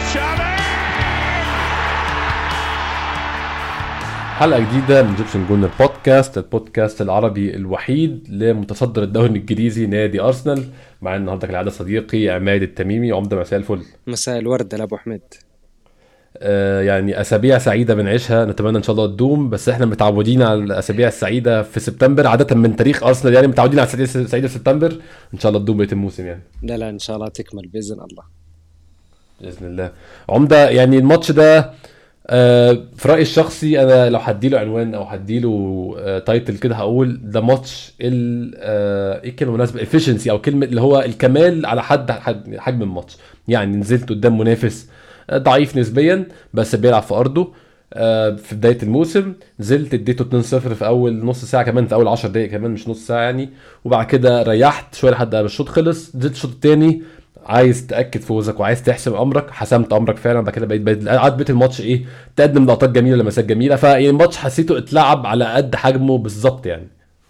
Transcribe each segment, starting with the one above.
حلقة جديدة من جيبسون جون البودكاست العربي الوحيد لمتصدر الدوري الإنجليزي نادي أرسنال. مع النهارده كالعادة صديقي عماد التميمي. عمده مساء الفل. مساء الورد لأبو حميد. يعني أسابيع سعيدة بنعيشها، نتمنى إن شاء الله تدوم، بس إحنا متعودين على الأسابيع السعيدة في سبتمبر عادة من تاريخ أرسنال، يعني متعودين على الأسابيع السعيدة في سبتمبر. إن شاء الله تدوم بقية الموسم يعني. لا إن شاء الله تكمل بإذن الله. بإذن الله. عمده يعني الماتش ده في رأيي الشخصي انا لو هديله عنوان او هديله تايتل كده هقول ده ماتش ايه الكلمه المناسبه، efficiency او كلمه اللي هو الكمال على حد حجم الماتش. يعني نزلت قدام منافس ضعيف نسبيا بس بيلعب في ارضه في بدايه الموسم، نزلت اديته 2-0 في اول نص ساعه، كمان في اول 10 دقائق كمان مش نص ساعه يعني، وبعد كده ريحت شويه لحد ما الشوط خلص. نزلت الشوط الثاني عايز تاكد فوزك وعايز تحسم امرك، حسمت امرك فعلا. بعد كده بقيت قعد بيت الماتش ايه، تقدم لقطات جميله لمسات جميله. فيعني الماتش حسيته اتلعب على قد حجمه بالظبط يعني.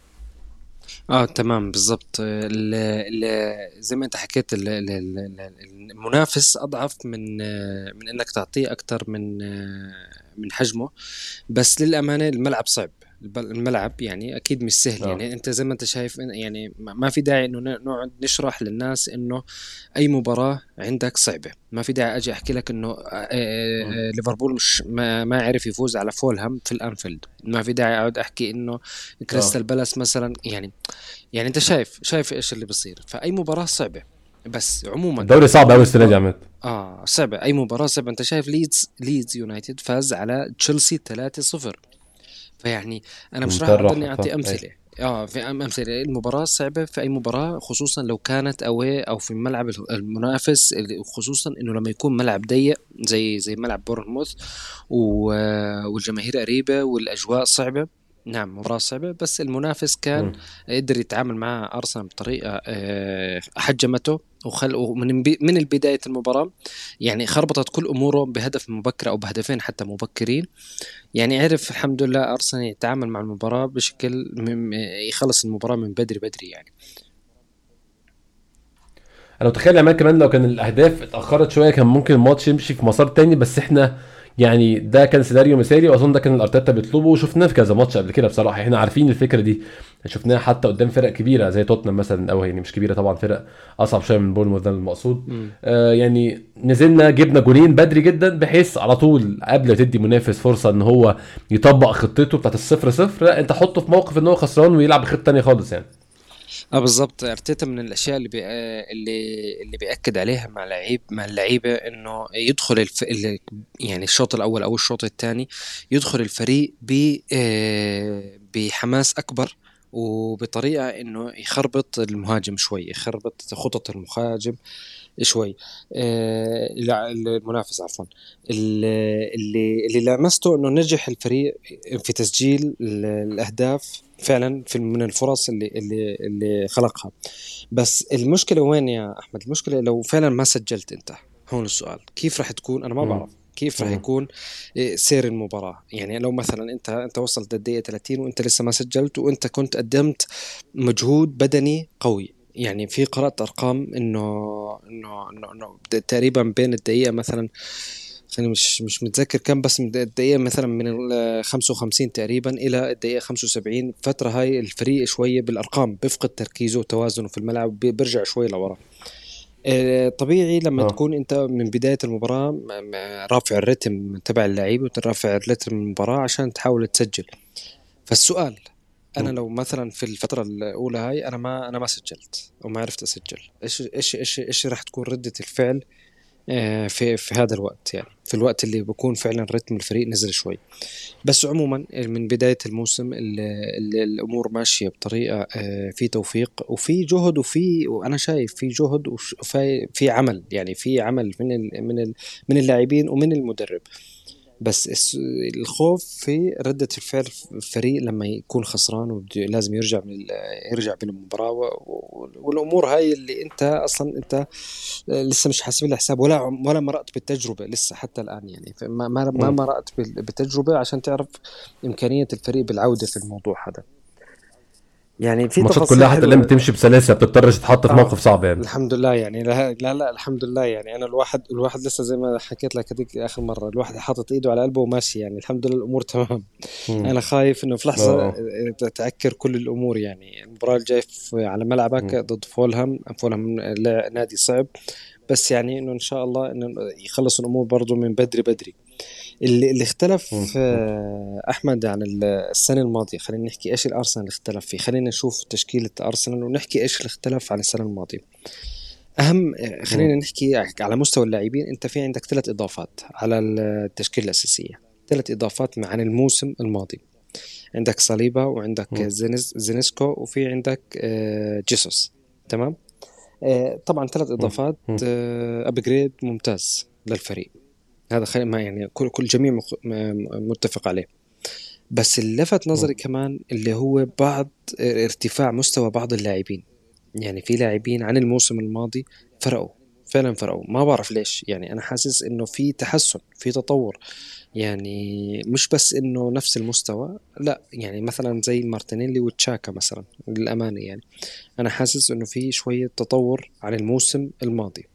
تمام بالضبط. زي ما انت حكيت المنافس اضعف من انك تعطيه اكتر من حجمه. بس للامانه الملعب صعب، الملعب يعني اكيد مش سهل. يعني انت زي ما انت شايف، يعني ما في داعي انه نقعد نشرح للناس انه اي مباراة عندك صعبة. ما في داعي اجي احكي لك انه ليفربول مش ما عرف يفوز على فولهام في الانفيلد. ما في داعي اقعد احكي انه كريستال بالاس مثلا. يعني انت شايف ايش اللي بيصير. فاي مباراة صعبة، بس عموما الدوري صعب قوي السنه دي يا عماد. صعبة. اي مباراة صعبة. انت شايف ليدز يونايتد فاز على تشيلسي 3-0. فيعني انا مش راح اضلني اعطي امثله. في امثله. المباراه صعبه في اي مباراه، خصوصا لو كانت او في الملعب المنافس، خصوصا انه لما يكون ملعب ضيق زي ملعب بورنموث والجماهير قريبه والاجواء صعبه. نعم مباراة صعبة، بس المنافس كان قدر يتعامل مع أرسنال بطريقة حجمته من البداية المباراة. يعني خربطت كل أموره بهدف مبكر أو بهدفين حتى مبكرين. يعني عرف الحمد لله أرسنال يتعامل مع المباراة بشكل يخلص المباراة من بدري يعني. انا متخيل عماد كمان لو كان الاهداف اتاخرت شويه كان ممكن الماتش يمشي في مسار تاني، بس احنا يعني ده كان سيناريو مثالي، واظن ده كان الارتيتا بيطلبه، وشفناه في كذا ماتش قبل كده. بصراحه احنا عارفين الفكره دي، شفناها حتى قدام فرق كبيره زي توتنهام مثلا، او يعني مش كبيره طبعا، فرق اصعب شويه من بورنموث ده المقصود. يعني نزلنا جبنا جولين بدري جدا، بحيث على طول قبل ما تدي منافس فرصه ان هو يطبق خطته بتاعت 0-0، لا انت حطه في موقف ان هو خسران ويلعب بخطه ثانيه خالص يعني. بالضبط. ارتيتا من الاشياء اللي بياكد عليها مع اللعيبه انه يدخل يعني الشوط الاول او الشوط الثاني يدخل الفريق بحماس اكبر، وبطريقه انه يخربط المهاجم شوي، يخربط خطط المهاجم شوي. المنافس عفوا. اللي لمسته انه نجح الفريق في تسجيل الاهداف فعلا من الفرص اللي خلقها. بس المشكله وين يا احمد؟ المشكله لو فعلا ما سجلت انت. هون السؤال كيف راح تكون. انا ما بعرف كيف راح يكون سير المباراة. يعني لو مثلا انت وصلت للدقيقة 30 وانت لسه ما سجلت، وانت كنت قدمت مجهود بدني قوي. يعني في قرأت أرقام إنه تقريبا بين الدقيقة مثلا، خليني مش متذكر كم، بس من الدقيقة مثلا من 55 تقريبا إلى الدقيقة 75، فترة هاي الفريق شوية بالأرقام بيفقد تركيزه وتوازنه في الملعب، بيرجع شوي لورا. طبيعي لما تكون انت من بداية المباراة رافع الرتم تبع اللعيب وترافع الرتم المباراة عشان تحاول تسجل. فالسؤال، انا لو مثلا في الفتره الاولى هاي انا ما سجلت وما عرفت اسجل، ايش راح تكون رده الفعل في هذا الوقت؟ يعني في الوقت اللي بكون فعلا رتم الفريق نزل شوي. بس عموما من بدايه الموسم الامور ماشيه بطريقه في توفيق وفي جهد وانا شايف في جهد وفي عمل. يعني في عمل من اللاعبين ومن المدرب. بس الخوف في ردة الفعل الفريق لما يكون خسران ولازم يرجع بالمباراة والأمور هاي اللي أنت أصلا أنت لسه مش حاسب لها حساب ولا مرقت بالتجربة لسه حتى الآن. يعني ما مرقت بالتجربة عشان تعرف إمكانية الفريق بالعودة في الموضوع هذا. يعني في الماتشات تفاصيل كلها حتى حلوه. لما بتمشي بسلاسه بتضطرش تتحط في موقف صعب يعني. الحمد لله يعني. لا الحمد لله يعني. انا الواحد لسه زي ما حكيت لك هذيك اخر مره، الواحد حاطط ايده على قلبه وماشي يعني. الحمد لله الامور تمام. مم. انا خايف انه في اه لحظه اه. تعكر كل الامور يعني. المباراه الجايه على ملعبك مم. ضد فولهام نادي صعب، بس يعني انه ان شاء الله انه يخلص الامور برضه من بدري بدري. اللي اختلف مم. احمد عن السنه الماضيه، خلينا نحكي ايش الارسنال اختلف فيه. خلينا نشوف تشكيله ارسنال ونحكي ايش اللي اختلف عن السنه الماضيه. اهم مم. خلينا نحكي على مستوى اللاعبين. انت في عندك 3 اضافات على التشكيله الاساسيه، 3 اضافات عن الموسم الماضي. عندك صليبا، وعندك مم. زينسكو، وفي عندك جيسوس. تمام. طبعا 3 اضافات، مم. ابجريد ممتاز للفريق. هذا خلي ما يعني كل جميع متفق عليه. بس اللي لفت مم. نظري كمان اللي هو بعض ارتفاع مستوى بعض اللاعبين. يعني في لاعبين عن الموسم الماضي فرقوا، فعلا فرقوا. ما بعرف ليش يعني. انا حاسس انه في تحسن، في تطور يعني. مش بس انه نفس المستوى، لا يعني مثلا زي مارتينيلي وتشاكا مثلا، للامانه يعني انا حاسس انه في شويه تطور عن الموسم الماضي.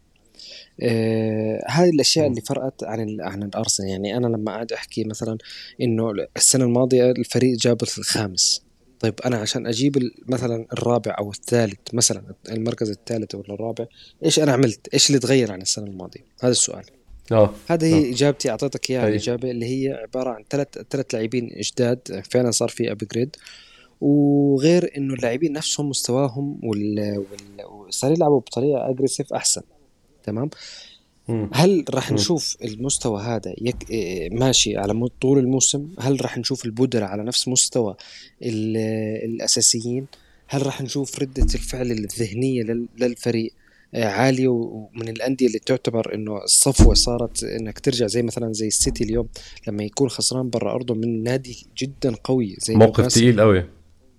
هاي الاشياء مم. اللي فرقت عن الارسنال. يعني انا لما قاعد احكي مثلا انه السنه الماضيه الفريق جاب الخامس، طيب انا عشان اجيب مثلا الرابع او الثالث، مثلا المركز الثالث ولا الرابع، ايش انا عملت؟ ايش اللي تغير عن السنه الماضيه؟ هذا السؤال. اه هذه اه. هي اجابتي، اعطيتك اياها. اي. الاجابه اللي هي عباره عن ثلاث لاعبين جداد، فعلا صار في ابجريد. وغير انه اللاعبين نفسهم مستواهم صار يلعبوا بطريقه اجريسيف احسن. تمام. مم. هل راح مم. نشوف المستوى هذا ماشي على طول الموسم؟ هل راح نشوف البودرة على نفس مستوى الأساسيين؟ هل راح نشوف ردة الفعل الذهنية للفريق عالية؟ ومن الأندية اللي تعتبر إنه الصفوة صارت إنك ترجع، زي مثلا زي السيتي اليوم لما يكون خسران برا أرضه من نادي جدا قوي زي موقف نيوكاسل. تقيل قوي.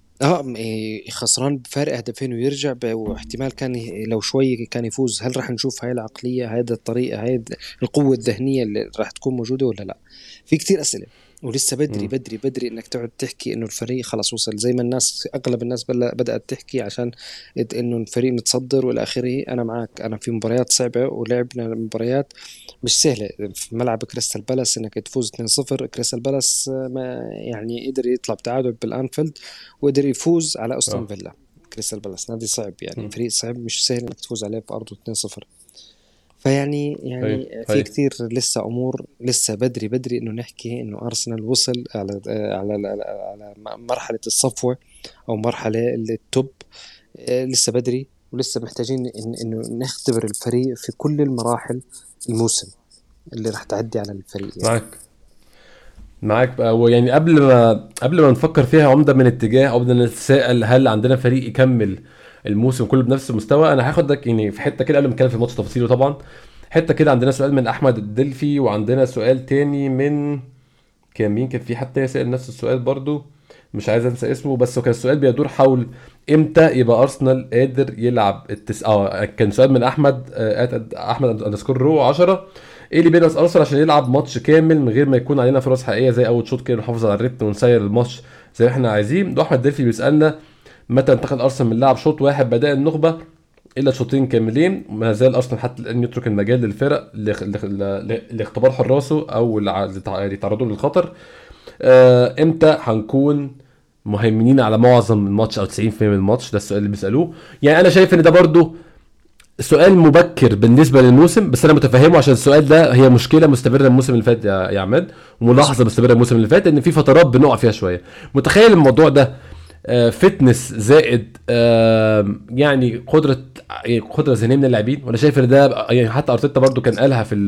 خسران بفارق هدفين ويرجع واحتمال كان لو شوي كان يفوز. هل راح نشوف هاي العقلية، هاي الطريقة، هاي القوة الذهنية اللي راح تكون موجودة ولا لا؟ في كتير أسئلة، ولسه بدري مم. بدري بدري انك تقعد تحكي انه الفريق خلاص وصل. زي ما الناس اغلب الناس بدأت تحكي عشان انه الفريق متصدر والى اخره. انا معك، انا في مباريات صعبة ولعبنا مباريات مش سهلة في ملعب كريستال بالاس انك تفوز 2-0. كريستال بالاس ما يعني قدر يطلع بتعادل بالانفيلد، وقدر يفوز على استون اه. فيلا. كريستال بالاس نادي صعب يعني، مم. فريق صعب، مش سهل انك تفوز عليه بارضه 2-0. فيعني اي في اي. كثير لسه امور، لسه بدري بدري انه نحكي انه ارسنال وصل على مرحله الصفوه او مرحله التوب. لسه بدري، ولسه محتاجين انه نختبر الفريق في كل المراحل الموسم اللي راح تعدي على الفريق يعني. معاك معاك بقى. ويعني قبل ما نفكر فيها عمده من اتجاه، او بدنا نتساءل هل عندنا فريق يكمل الموسم كله بنفس المستوى، انا هاخدك يعني في حته كده قبل ما نتكلم في الماتش تفاصيله طبعا. حته كده عندنا سؤال من احمد الدلفي، وعندنا سؤال تاني من مين كان في حد تاني سأل نفس السؤال برضو، مش عايز انسى اسمه. بس هو كان السؤال بيدور حول امتى يبقى ارسنال قادر يلعب كان سؤال من احمد احمد اندرسكور رو 10. ايه اللي بينقص ارسنال عشان يلعب ماتش كامل من غير ما يكون علينا فرص حقيقيه زي اول شوط كده، نحافظ على الريتم ونسير الماتش زي ما احنا عايزين. ده احمد دلفي بيسالنا متى انتقل ارسنال من لعب شوط واحد بداء النخبه الى شوطين كاملين. ما زال ارسنال حتى الان يترك المجال للفرق لاختبار حراسه او لتعرضه للخطر. امتى هنكون مهيمنين على معظم الماتش او 90% من الماتش؟ ده السؤال اللي بيسالوه. يعني انا شايف ان ده برضو سؤال مبكر بالنسبه للموسم، بس انا متفهمه عشان السؤال ده هي مشكله مستمره الموسم اللي فات يا عماد، وملاحظه مستمره الموسم اللي فات ان في فترات بنقع فيها شويه. متخيل الموضوع ده فتنس زائد يعني قدره ذهنيه من اللاعبين. وانا شايف ان ده يعني حتى ارتيتا برضو كان قالها في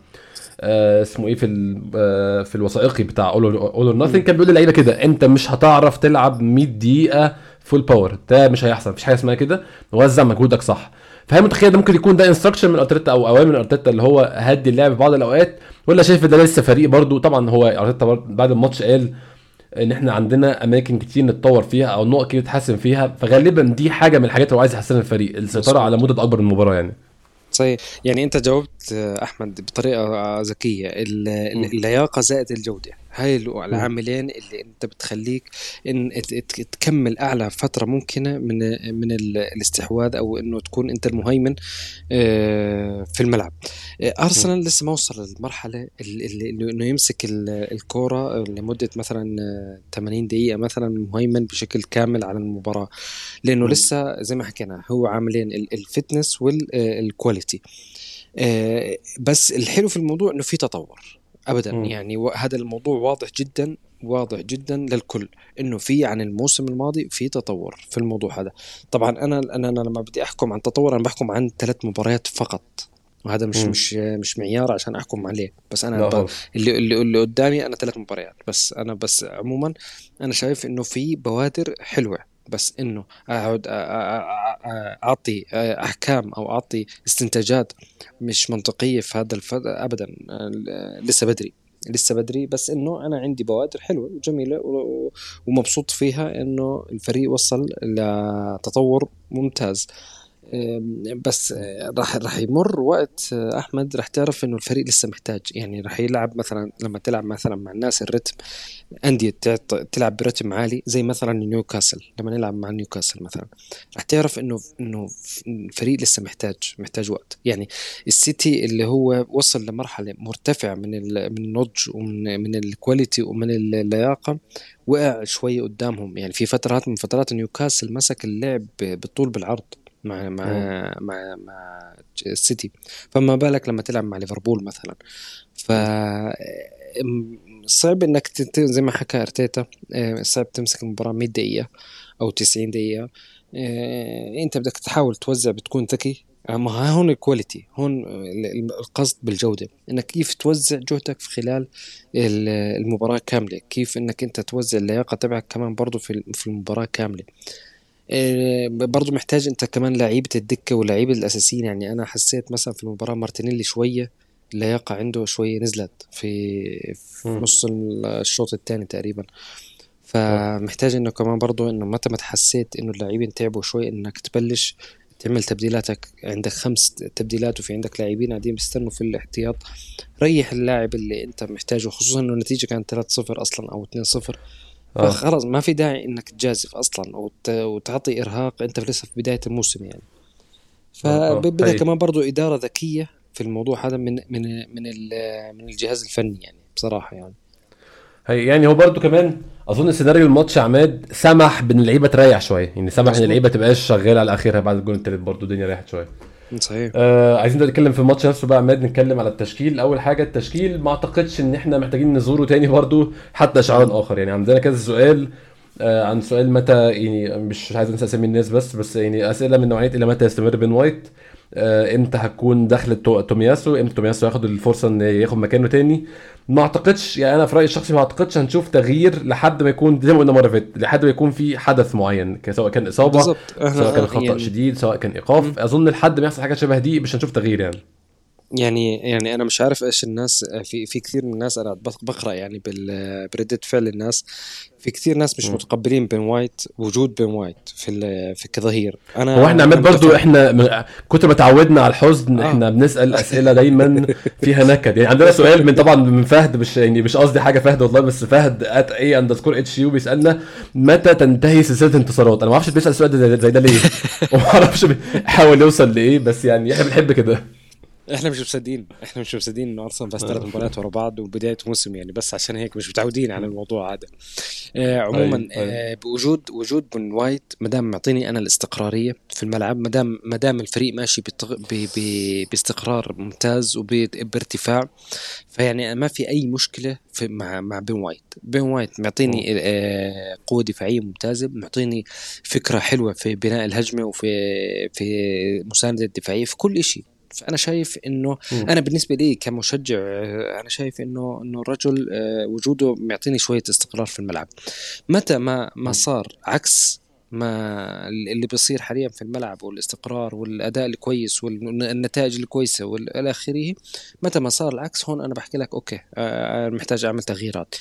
اسمه ايه في الوثائقي بتاع اول اور ناثينج، كان بيقول للعيبه كده انت مش هتعرف تلعب 100 دقيقه فول باور، ده مش هيحصل، مفيش حاجه اسمها كده، وزع مجهودك صح. فهي متخيل ده ممكن يكون ده انستراكشن من ارتيتا او اوامر من ارتيتا اللي هو هدي اللعب في بعض الاوقات، ولا شايف ده لسه فريق برضو؟ طبعا هو ارتيتا بعد الماتش قال ان احنا عندنا اماكن كتير نتطور فيها او نقط كتير نتحسن فيها، فغالبا دي حاجه من الحاجات اللي هو عايز يحسنها الفريق، السيطره على مظبوط. مده اكبر من المباراه يعني. صحيح. يعني انت جاوبت احمد بطريقه ذكيه. اللياقه زائد الجوده. هاي مم. العاملين اللي انت بتخليك ان تكمل اعلى فتره ممكنه من الاستحواذ، او انه تكون انت المهيمن في الملعب. مم. ارسنال لسه ما وصل للمرحله انه يمسك الكوره لمده مثلا 80 دقيقه مثلا، مهيمن بشكل كامل على المباراه، لانه مم. لسه زي ما حكينا هو عاملين الفتنس والكواليتي. بس الحلو في الموضوع انه في تطور ابدا، مم. يعني هذا الموضوع واضح جدا، واضح جدا للكل، انه في عن الموسم الماضي في تطور في الموضوع هذا. طبعا انا لما بدي احكم عن تطور انا بحكم عن 3 مباريات فقط، وهذا مم. مش معيار عشان احكم عليه، بس انا لا خالص. اللي قدامي انا 3 مباريات بس. انا بس عموما انا شايف انه في بوادر حلوه، بس انه اقعد اعطي احكام او اعطي استنتاجات مش منطقيه في هذا ابدا. لسه بدري، لسه بدري، بس انه انا عندي بوادر حلوه وجميله ومبسوط فيها انه الفريق وصل لتطور ممتاز. بس راح يمر وقت، احمد راح تعرف انه الفريق لسه محتاج، يعني راح يلعب مثلا لما تلعب مثلا مع الناس الريتم، أندية تلعب برتم عالي زي مثلا نيوكاسل، لما نلعب مع نيوكاسل مثلا رح تعرف إنه الفريق لسه محتاج وقت. يعني السيتي اللي هو وصل لمرحلة مرتفعة من النضج ومن الكواليتي ومن اللياقة، وقع شوي قدامهم. يعني في فترات من فترات نيوكاسل مسك اللعب بالطول بالعرض مع مم. السيتي، فما بالك لما تلعب مع ليفربول مثلا. ف مم. صعب انك زي ما حكى ارتيتا، صعب تمسك المباراة 100 دقيقة او 90 دقيقة. انت بدك تحاول توزع، بتكون ذكي. ما هون الكواليتي، هون القصد بالجودة، انك كيف توزع جهدك في خلال المباراة كاملة، كيف انك انت توزع اللياقة تبعك كمان برضو في المباراة كاملة. برضو محتاج انت كمان لعيبة الدكة واللعيبة الأساسيين. يعني أنا حسيت مثلا في المباراة مارتينيلي شوية اللياقة عنده شوية نزلت في مم. نص الشوط الثاني تقريبا. صح. فمحتاج انه كمان برضو انه متى ما تحسيت انه اللاعبين تعبوا شوي انك تبلش تعمل تبديلاتك. عندك 5 تبديلات وفي عندك لاعبين قاعدين بيستنوا في الاحتياط، ريح اللاعب اللي انت محتاجه، خصوصا انه النتيجة كانت 3-0 اصلا او 2-0. اه. فخلاص ما في داعي انك تجازف اصلا وتعطي ارهاق، انت لسه في بداية الموسم يعني. اه. اه. فبدها هي كمان برضو إدارة ذكية في الموضوع هذا من الجهاز الفني يعني، بصراحة يعني. هي يعني هو برضو كمان اظن سيناريو الماتش عماد سمح بان اللعيبه تريح شويه، يعني سمح ان اللعيبه مظبوط. تبقاش شغاله على اخرها بعد الجول التالت، برضو الدنيا ريحت شويه. صحيح. عايزين دلوقتي نتكلم في الماتش نفسه بقى عماد، نتكلم على التشكيل. اول حاجه التشكيل، ما اعتقدش ان احنا محتاجين نزوره تاني برضو حتى مم. اشعار اخر. يعني عندنا كذا سؤال عن سؤال متى، يعني مش عايز انسى اسامي الناس، بس يعني اسئله من نوعيه الى متى يستمر بين وايت، امتى هتكون دخلة تومياسو، امتى تومياسو ياخد الفرصه ان ياخد مكانه تاني. ما اعتقدش، يعني انا في رايي الشخصي ما اعتقدش هنشوف تغيير لحد ما يكون زي ما قلنا مره فاتت، لحد ما يكون في حدث معين، سواء كان اصابه، بالضبط. احنا سواء كان خطا يعني. شديد، سواء كان مم. ايقاف. اظن لحد ما يحصل حاجه شبه دي مش هنشوف تغيير يعني. يعني انا مش عارف ايش الناس، في كثير من الناس انا بقرا يعني بردة فعل الناس. في كثير ناس مش مم. متقبلين بين وايت، وجود بين وايت في كظهير. هو احنا انا عماد برضو، متفهم. احنا كتر ما تعودنا على الحزن اه. احنا بنسال اسئله دايما فيها نكد. يعني عندنا سؤال من طبعا من فهد، مش يعني مش قصدي حاجه فهد والله، بس فهد ات اي اندرسكور اتش يو بيسالنا متى تنتهي سلسله انتصارات. انا ما اعرفش بيسال السؤال ده زي ده ليه وما اعرفش بيحاول يوصل لايه، بس يعني احنا بنحب كده. احنا مش مصدقين انه ارسنال بس 3 مباريات ورا بعض وبدايه موسم يعني، بس عشان هيك مش متعودين على الموضوع هذا. ايوه عموما ايوه. بوجود بن وايت، ما دام معطيني انا الاستقراريه في الملعب، ما دام الفريق ماشي باستقرار ممتاز وبارتفاع، فيعني ما في اي مشكله مع بن وايت مم. معطيني قوه دفاعيه ممتازه، معطيني فكره حلوه في بناء الهجمه في مسانده الدفاعيه في كل شيء. فانا شايف انه، مم. انا بالنسبه لي كمشجع، انا شايف انه الرجل وجوده معطيني شويه استقرار في الملعب. متى ما مم. صار عكس ما اللي بيصير حاليا في الملعب والاستقرار والاداء الكويس والنتائج الكويسه والى اخره، متى ما صار العكس هون انا بحكي لك اوكي محتاج اعمل تغييرات.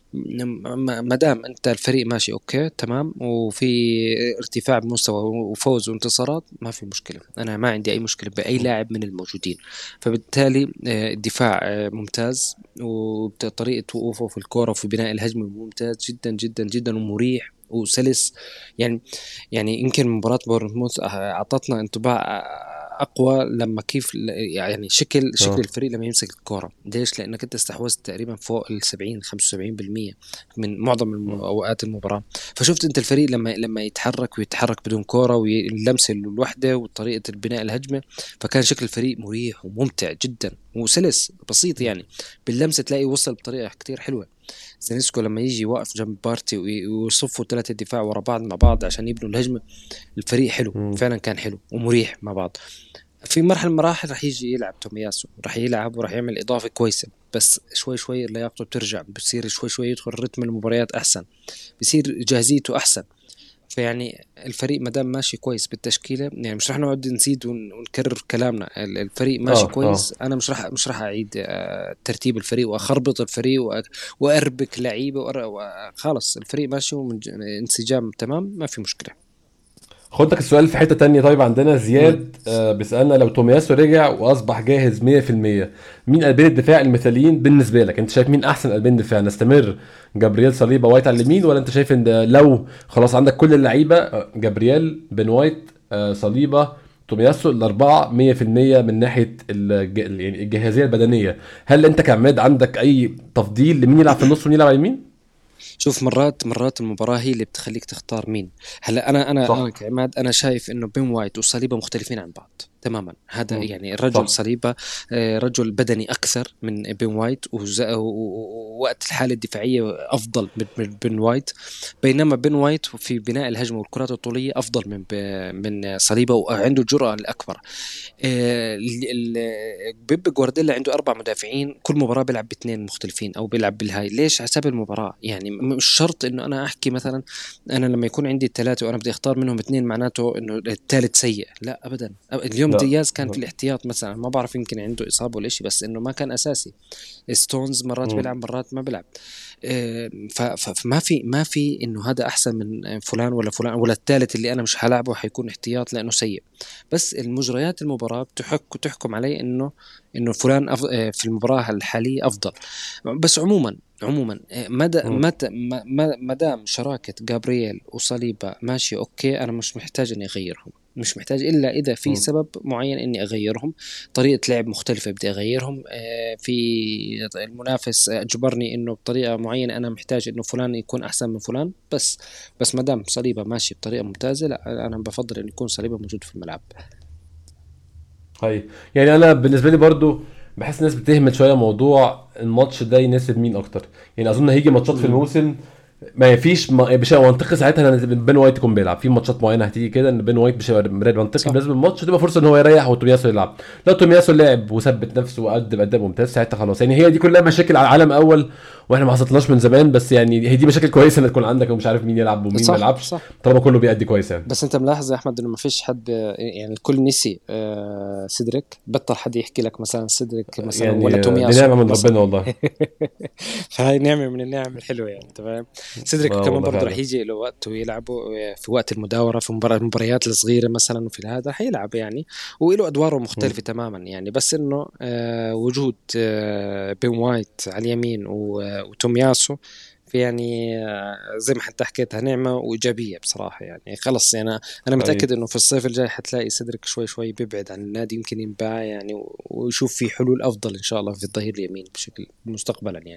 ما دام انت الفريق ماشي اوكي تمام وفي ارتفاع بمستوى وفوز وانتصارات، ما في مشكله، انا ما عندي اي مشكله باي لاعب من الموجودين. فبالتالي الدفاع ممتاز، وطريقه وقوفه في الكوره وفي بناء الهجمه ممتاز جدا جدا جدا ومريح وسلس. يعني يمكن مباراة بورنموث أعطتنا انطباع أقوى لما كيف يعني شكل الفريق لما يمسك الكرة. ليش؟ لأنك أنت استحوذت تقريبا فوق 70-75% من معظم أوقات المباراة. فشفت أنت الفريق لما يتحرك بدون كرة واللمسة الوحدة وطريقة البناء الهجمة، فكان شكل الفريق مريح وممتع جدا وسلس بسيط. يعني باللمسة تلاقي وصل بطريقة كتير حلوة. زينسكو لما يجي واقف جنب بارتي ويصفوا 3 دفاع ورا بعض مع بعض عشان يبنوا الهجمة، الفريق حلو فعلا، كان حلو ومريح مع بعض. في مرحلة من المراحل راح يجي يلعب تومياسو، راح يلعب وراح يعمل إضافة كويسة، بس شوي شوي لياقته بترجع، بتصير شوي شوي يدخل رتم المباريات أحسن، بصير جاهزيته أحسن. فيعني الفريق مدام ماشي كويس بالتشكيلة، يعني مش رح نقعد نزيد ونكرر كلامنا. الفريق ماشي كويس. أنا مش رح أعيد ترتيب الفريق وأخربط الفريق وأربك لعيبة خالص. الفريق ماشي انسجام تمام، ما في مشكلة. خدك السؤال في حتة تانية. طيب عندنا زياد بيسألنا لو تومياسو رجع وأصبح جاهز 100%، مين قلبين الدفاع المثاليين بالنسبة لك؟ أنت شايف مين أحسن قلبين دفاع؟ نستمر جابرييل صليبا وايت على اليمين، ولا أنت شايف إن لو خلاص عندك كل اللعيبة جابرييل بن وايت صليبا تومياسو الأربعة 100% من ناحية يعني الجاهزية البدنية، هل أنت كعماد عندك أي تفضيل لمين يلعب في النص ومين يلعب على اليمين؟ شوف، مرات المباراة هي اللي بتخليك تختار مين. هلا أنا كعماد أنا شايف إنه بين وايت وصليبا مختلفين عن بعض تماما. هذا يعني الرجل صليبا رجل بدني أكثر من بين وايت، ووقت الحالة الدفاعية أفضل من بين وايت، بينما بين وايت في بناء الهجمة والكرات الطولية أفضل من صليبا وعنده الجرأة الأكبر. بيب جوارديولا عنده 4 مدافعين، كل مباراة بيلعب باثنين مختلفين أو بيلعب بالهاي. ليش؟ حسب المباراة. يعني مش شرط إنه أنا أحكي مثلا أنا لما يكون عندي 3 وأنا بدي أختار منهم 2 معناته إنه الثالث سيء. لا أبدا. اليوم دياز كان في الاحتياط مثلا، ما بعرف يمكن عنده إصابة ولا شيء، بس إنه ما كان أساسي. ستونز مرات بيلعب مرات ما بيلعب. ما في إنه هذا أحسن من فلان ولا فلان، ولا الثالث اللي أنا مش هلعبه حيكون احتياط لأنه سيء. بس المجريات المباراة تحكم عليه إنه فلان في المباراة الحالية أفضل. بس عموما مدام شراكة جابرييل وصليبا ماشي أوكي، أنا مش محتاج إني أغيرهم، مش محتاج إلا إذا في سبب معين إني أغيرهم. طريقة لعب مختلفة بدي أغيرهم، في المنافس أجبرني إنه بطريقة معينة أنا محتاج إنه فلان يكون أحسن من فلان. بس مدام صليبا ماشي بطريقة ممتازة، لا أنا بفضل إن يكون صليبا موجود في الملعب. هاي يعني انا بالنسبه لي برضو بحس الناس بتهمل شويه موضوع الماتش ده يناسب مين اكتر. يعني اظن هيجي ماتشات في الموسم ما فيش بشيء منطقي ساعتها ان بين وايت يكون بيلعب في ماتشات معينه، هتيجي كده ان بين وايت بشيء منطقي بالنسبه للماتش، تبقى فرصه ان هو يريح وتومياسو يلعب. لو تومياسو لعب وثبت نفسه وقدم اداء ممتاز ساعتها خلاص. يعني هي دي كلها مشاكل على العالم اول واحنا ما حصلتناش من زمان، بس يعني هي دي مشاكل كويسه ان تكون عندك ومش عارف مين يلعب ومين ما يلعبش طالما كله بيأدي كويس. يعني بس انت ملاحظ يا احمد انه ما فيش حد، يعني الكل نسي سيدريك، بطل حد يحكي لك مثلا سيدريك مثلا يعني ولا تومياسو. دي نعمه من ربنا والله. فهاي نعمه من النعم الحلوه يعني. تمام. سيدريك كمان برضه رح يجي له وقت ويلعبوا في وقت المداوره في المباريات الصغيره مثلا، وفي هذا رح يلعب يعني، وله ادواره مختلفه تماما يعني. بس انه وجود بين وايت على اليمين وتومياسو يعني زي ما حتى حكيتها نعمة وإيجابية بصراحة. يعني خلص يعني أنا متأكد إنه في الصيف الجاي حتلاقي سيدريك شوي شوي بيبعد عن النادي، يمكن ينباع يعني، ويشوف في حلول أفضل إن شاء الله في الظهير اليمين بشكل مستقبلا. يعني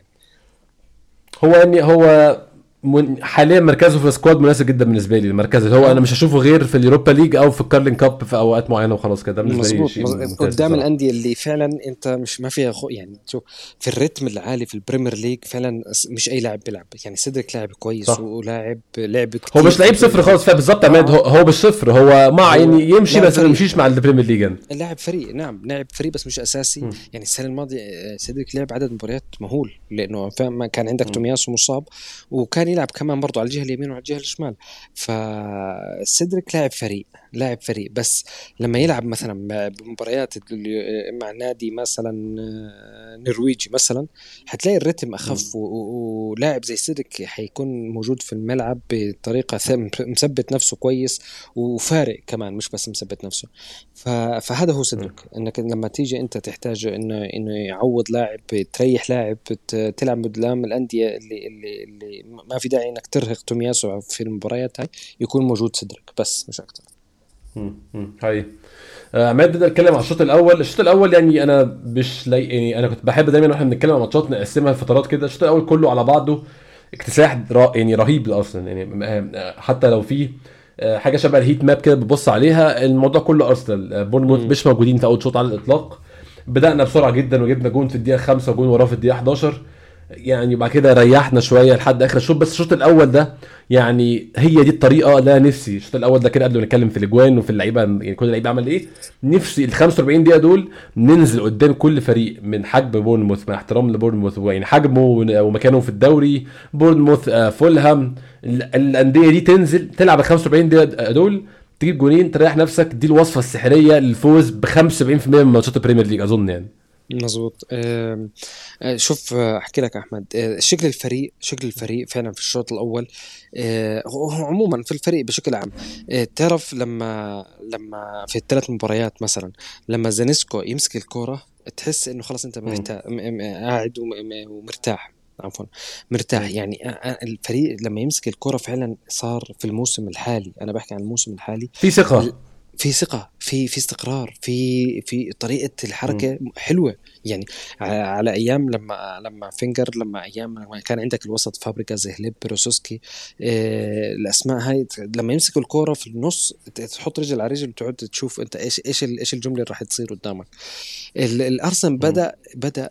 هو حاليا مركزه في السكواد مناسب جدا بالنسبه لي. المركز اللي هو انا مش هشوفه غير في اليوروبا ليج او في الكارلين كاب في اوقات معينه وخلاص كده. بالنسبه لي شيء قدام الانديه اللي فعلا انت مش ما فيها يعني شوف في الريتم العالي في البريمير ليج فعلا مش اي لاعب بيلعب. يعني سيدريك لاعب كويس ولاعب لعب كتير، هو مش لعيب صفر خالص بالظبط عماد. هو بالصفر هو مع يعني يمشي بس ما يمشيش مع البريمير ليج. لاعب فريق، نعم لاعب فريق بس مش اساسي. يعني السنه الماضيه سيدريك لعب عدد مباريات مهول، لانه فاهم كان عندك تومياسو مصاب وكان يلعب كمان برضو على الجهة اليمين وعلى الجهة الشمال. فسيدريك لاعب فريق بس لما يلعب مثلا بمباريات مع نادي مثلا نرويجي مثلا، هتلاقي الريتم اخف، ولاعب زي سيدريك حيكون موجود في الملعب بطريقة مثبت نفسه كويس وفارق كمان، مش بس مثبت نفسه. فهذا هو سيدريك، انك لما تيجي انت تحتاج انه يعوض لاعب، تريح لاعب، تلعب قدام الانديه اللي ما في داعي انك ترهق تومياسو في المباريات هاي، يكون موجود سيدريك بس مش اكتر. هاي عماد بدنا نتكلم على الشوط الاول يعني انا مش يعني انا كنت بحب دايما واحنا بنتكلم عن ماتشات نقسمها لفترات كده. الشوط الاول كله على بعضه اكتساح يعني رهيب اصلا يعني حتى لو في حاجه شبه الهيت ماب كده بتبص عليها الموضوع كله ارسنال بورنموث مش موجودين في اول شوط على الاطلاق. بدانا بسرعه جدا وجبنا جون في الدقيقه 5 وجون وراه في الدقيقه 11 يعني، وبعد كده ريحنا شويه لحد اخر الشوط. بس الشوط الاول ده يعني هي دي الطريقه اللي انا نفسي الشوط الاول ده كده قبل ما نتكلم في الاجوان وفي اللعيبه يعني كل اللعيبه عمل ايه، نفسي ال 45 دقيقه دول ننزل قدام كل فريق من حجم بورنموث، مع احترام لبورنموث ويعني حجمه ومكانه في الدوري. بورنموث فولهام الانديه دي تنزل تلعب ال 45 دقيقه دول، تجيب جونين تريح نفسك. دي الوصفه السحريه للفوز ب 75% من ماتشات البريمير ليج اظن يعني. مظبوط. شوف، احكي لك احمد، شكل الفريق فعلا في الشوط الاول، هو عموما في الفريق بشكل عام. تعرف لما في الثلاث مباريات مثلا لما زانيسكو يمسك الكرة تحس انه خلاص انت قاعد ومرتاح، عفوا مرتاح. يعني الفريق لما يمسك الكرة فعلا صار في الموسم الحالي، انا بحكي عن الموسم الحالي، في ثقه، في ثقة، في استقرار، في طريقة الحركة حلوة. يعني على أيام لما فينجر، لما كان عندك الوسط فابريكاز، هليب، بروسوسكي، الأسماء هاي، لما يمسك الكورة في النص تحط رجل على رجل وتقعد تشوف أنت إيش الجملة اللي راح تصير قدامك. الأرسنال بدأ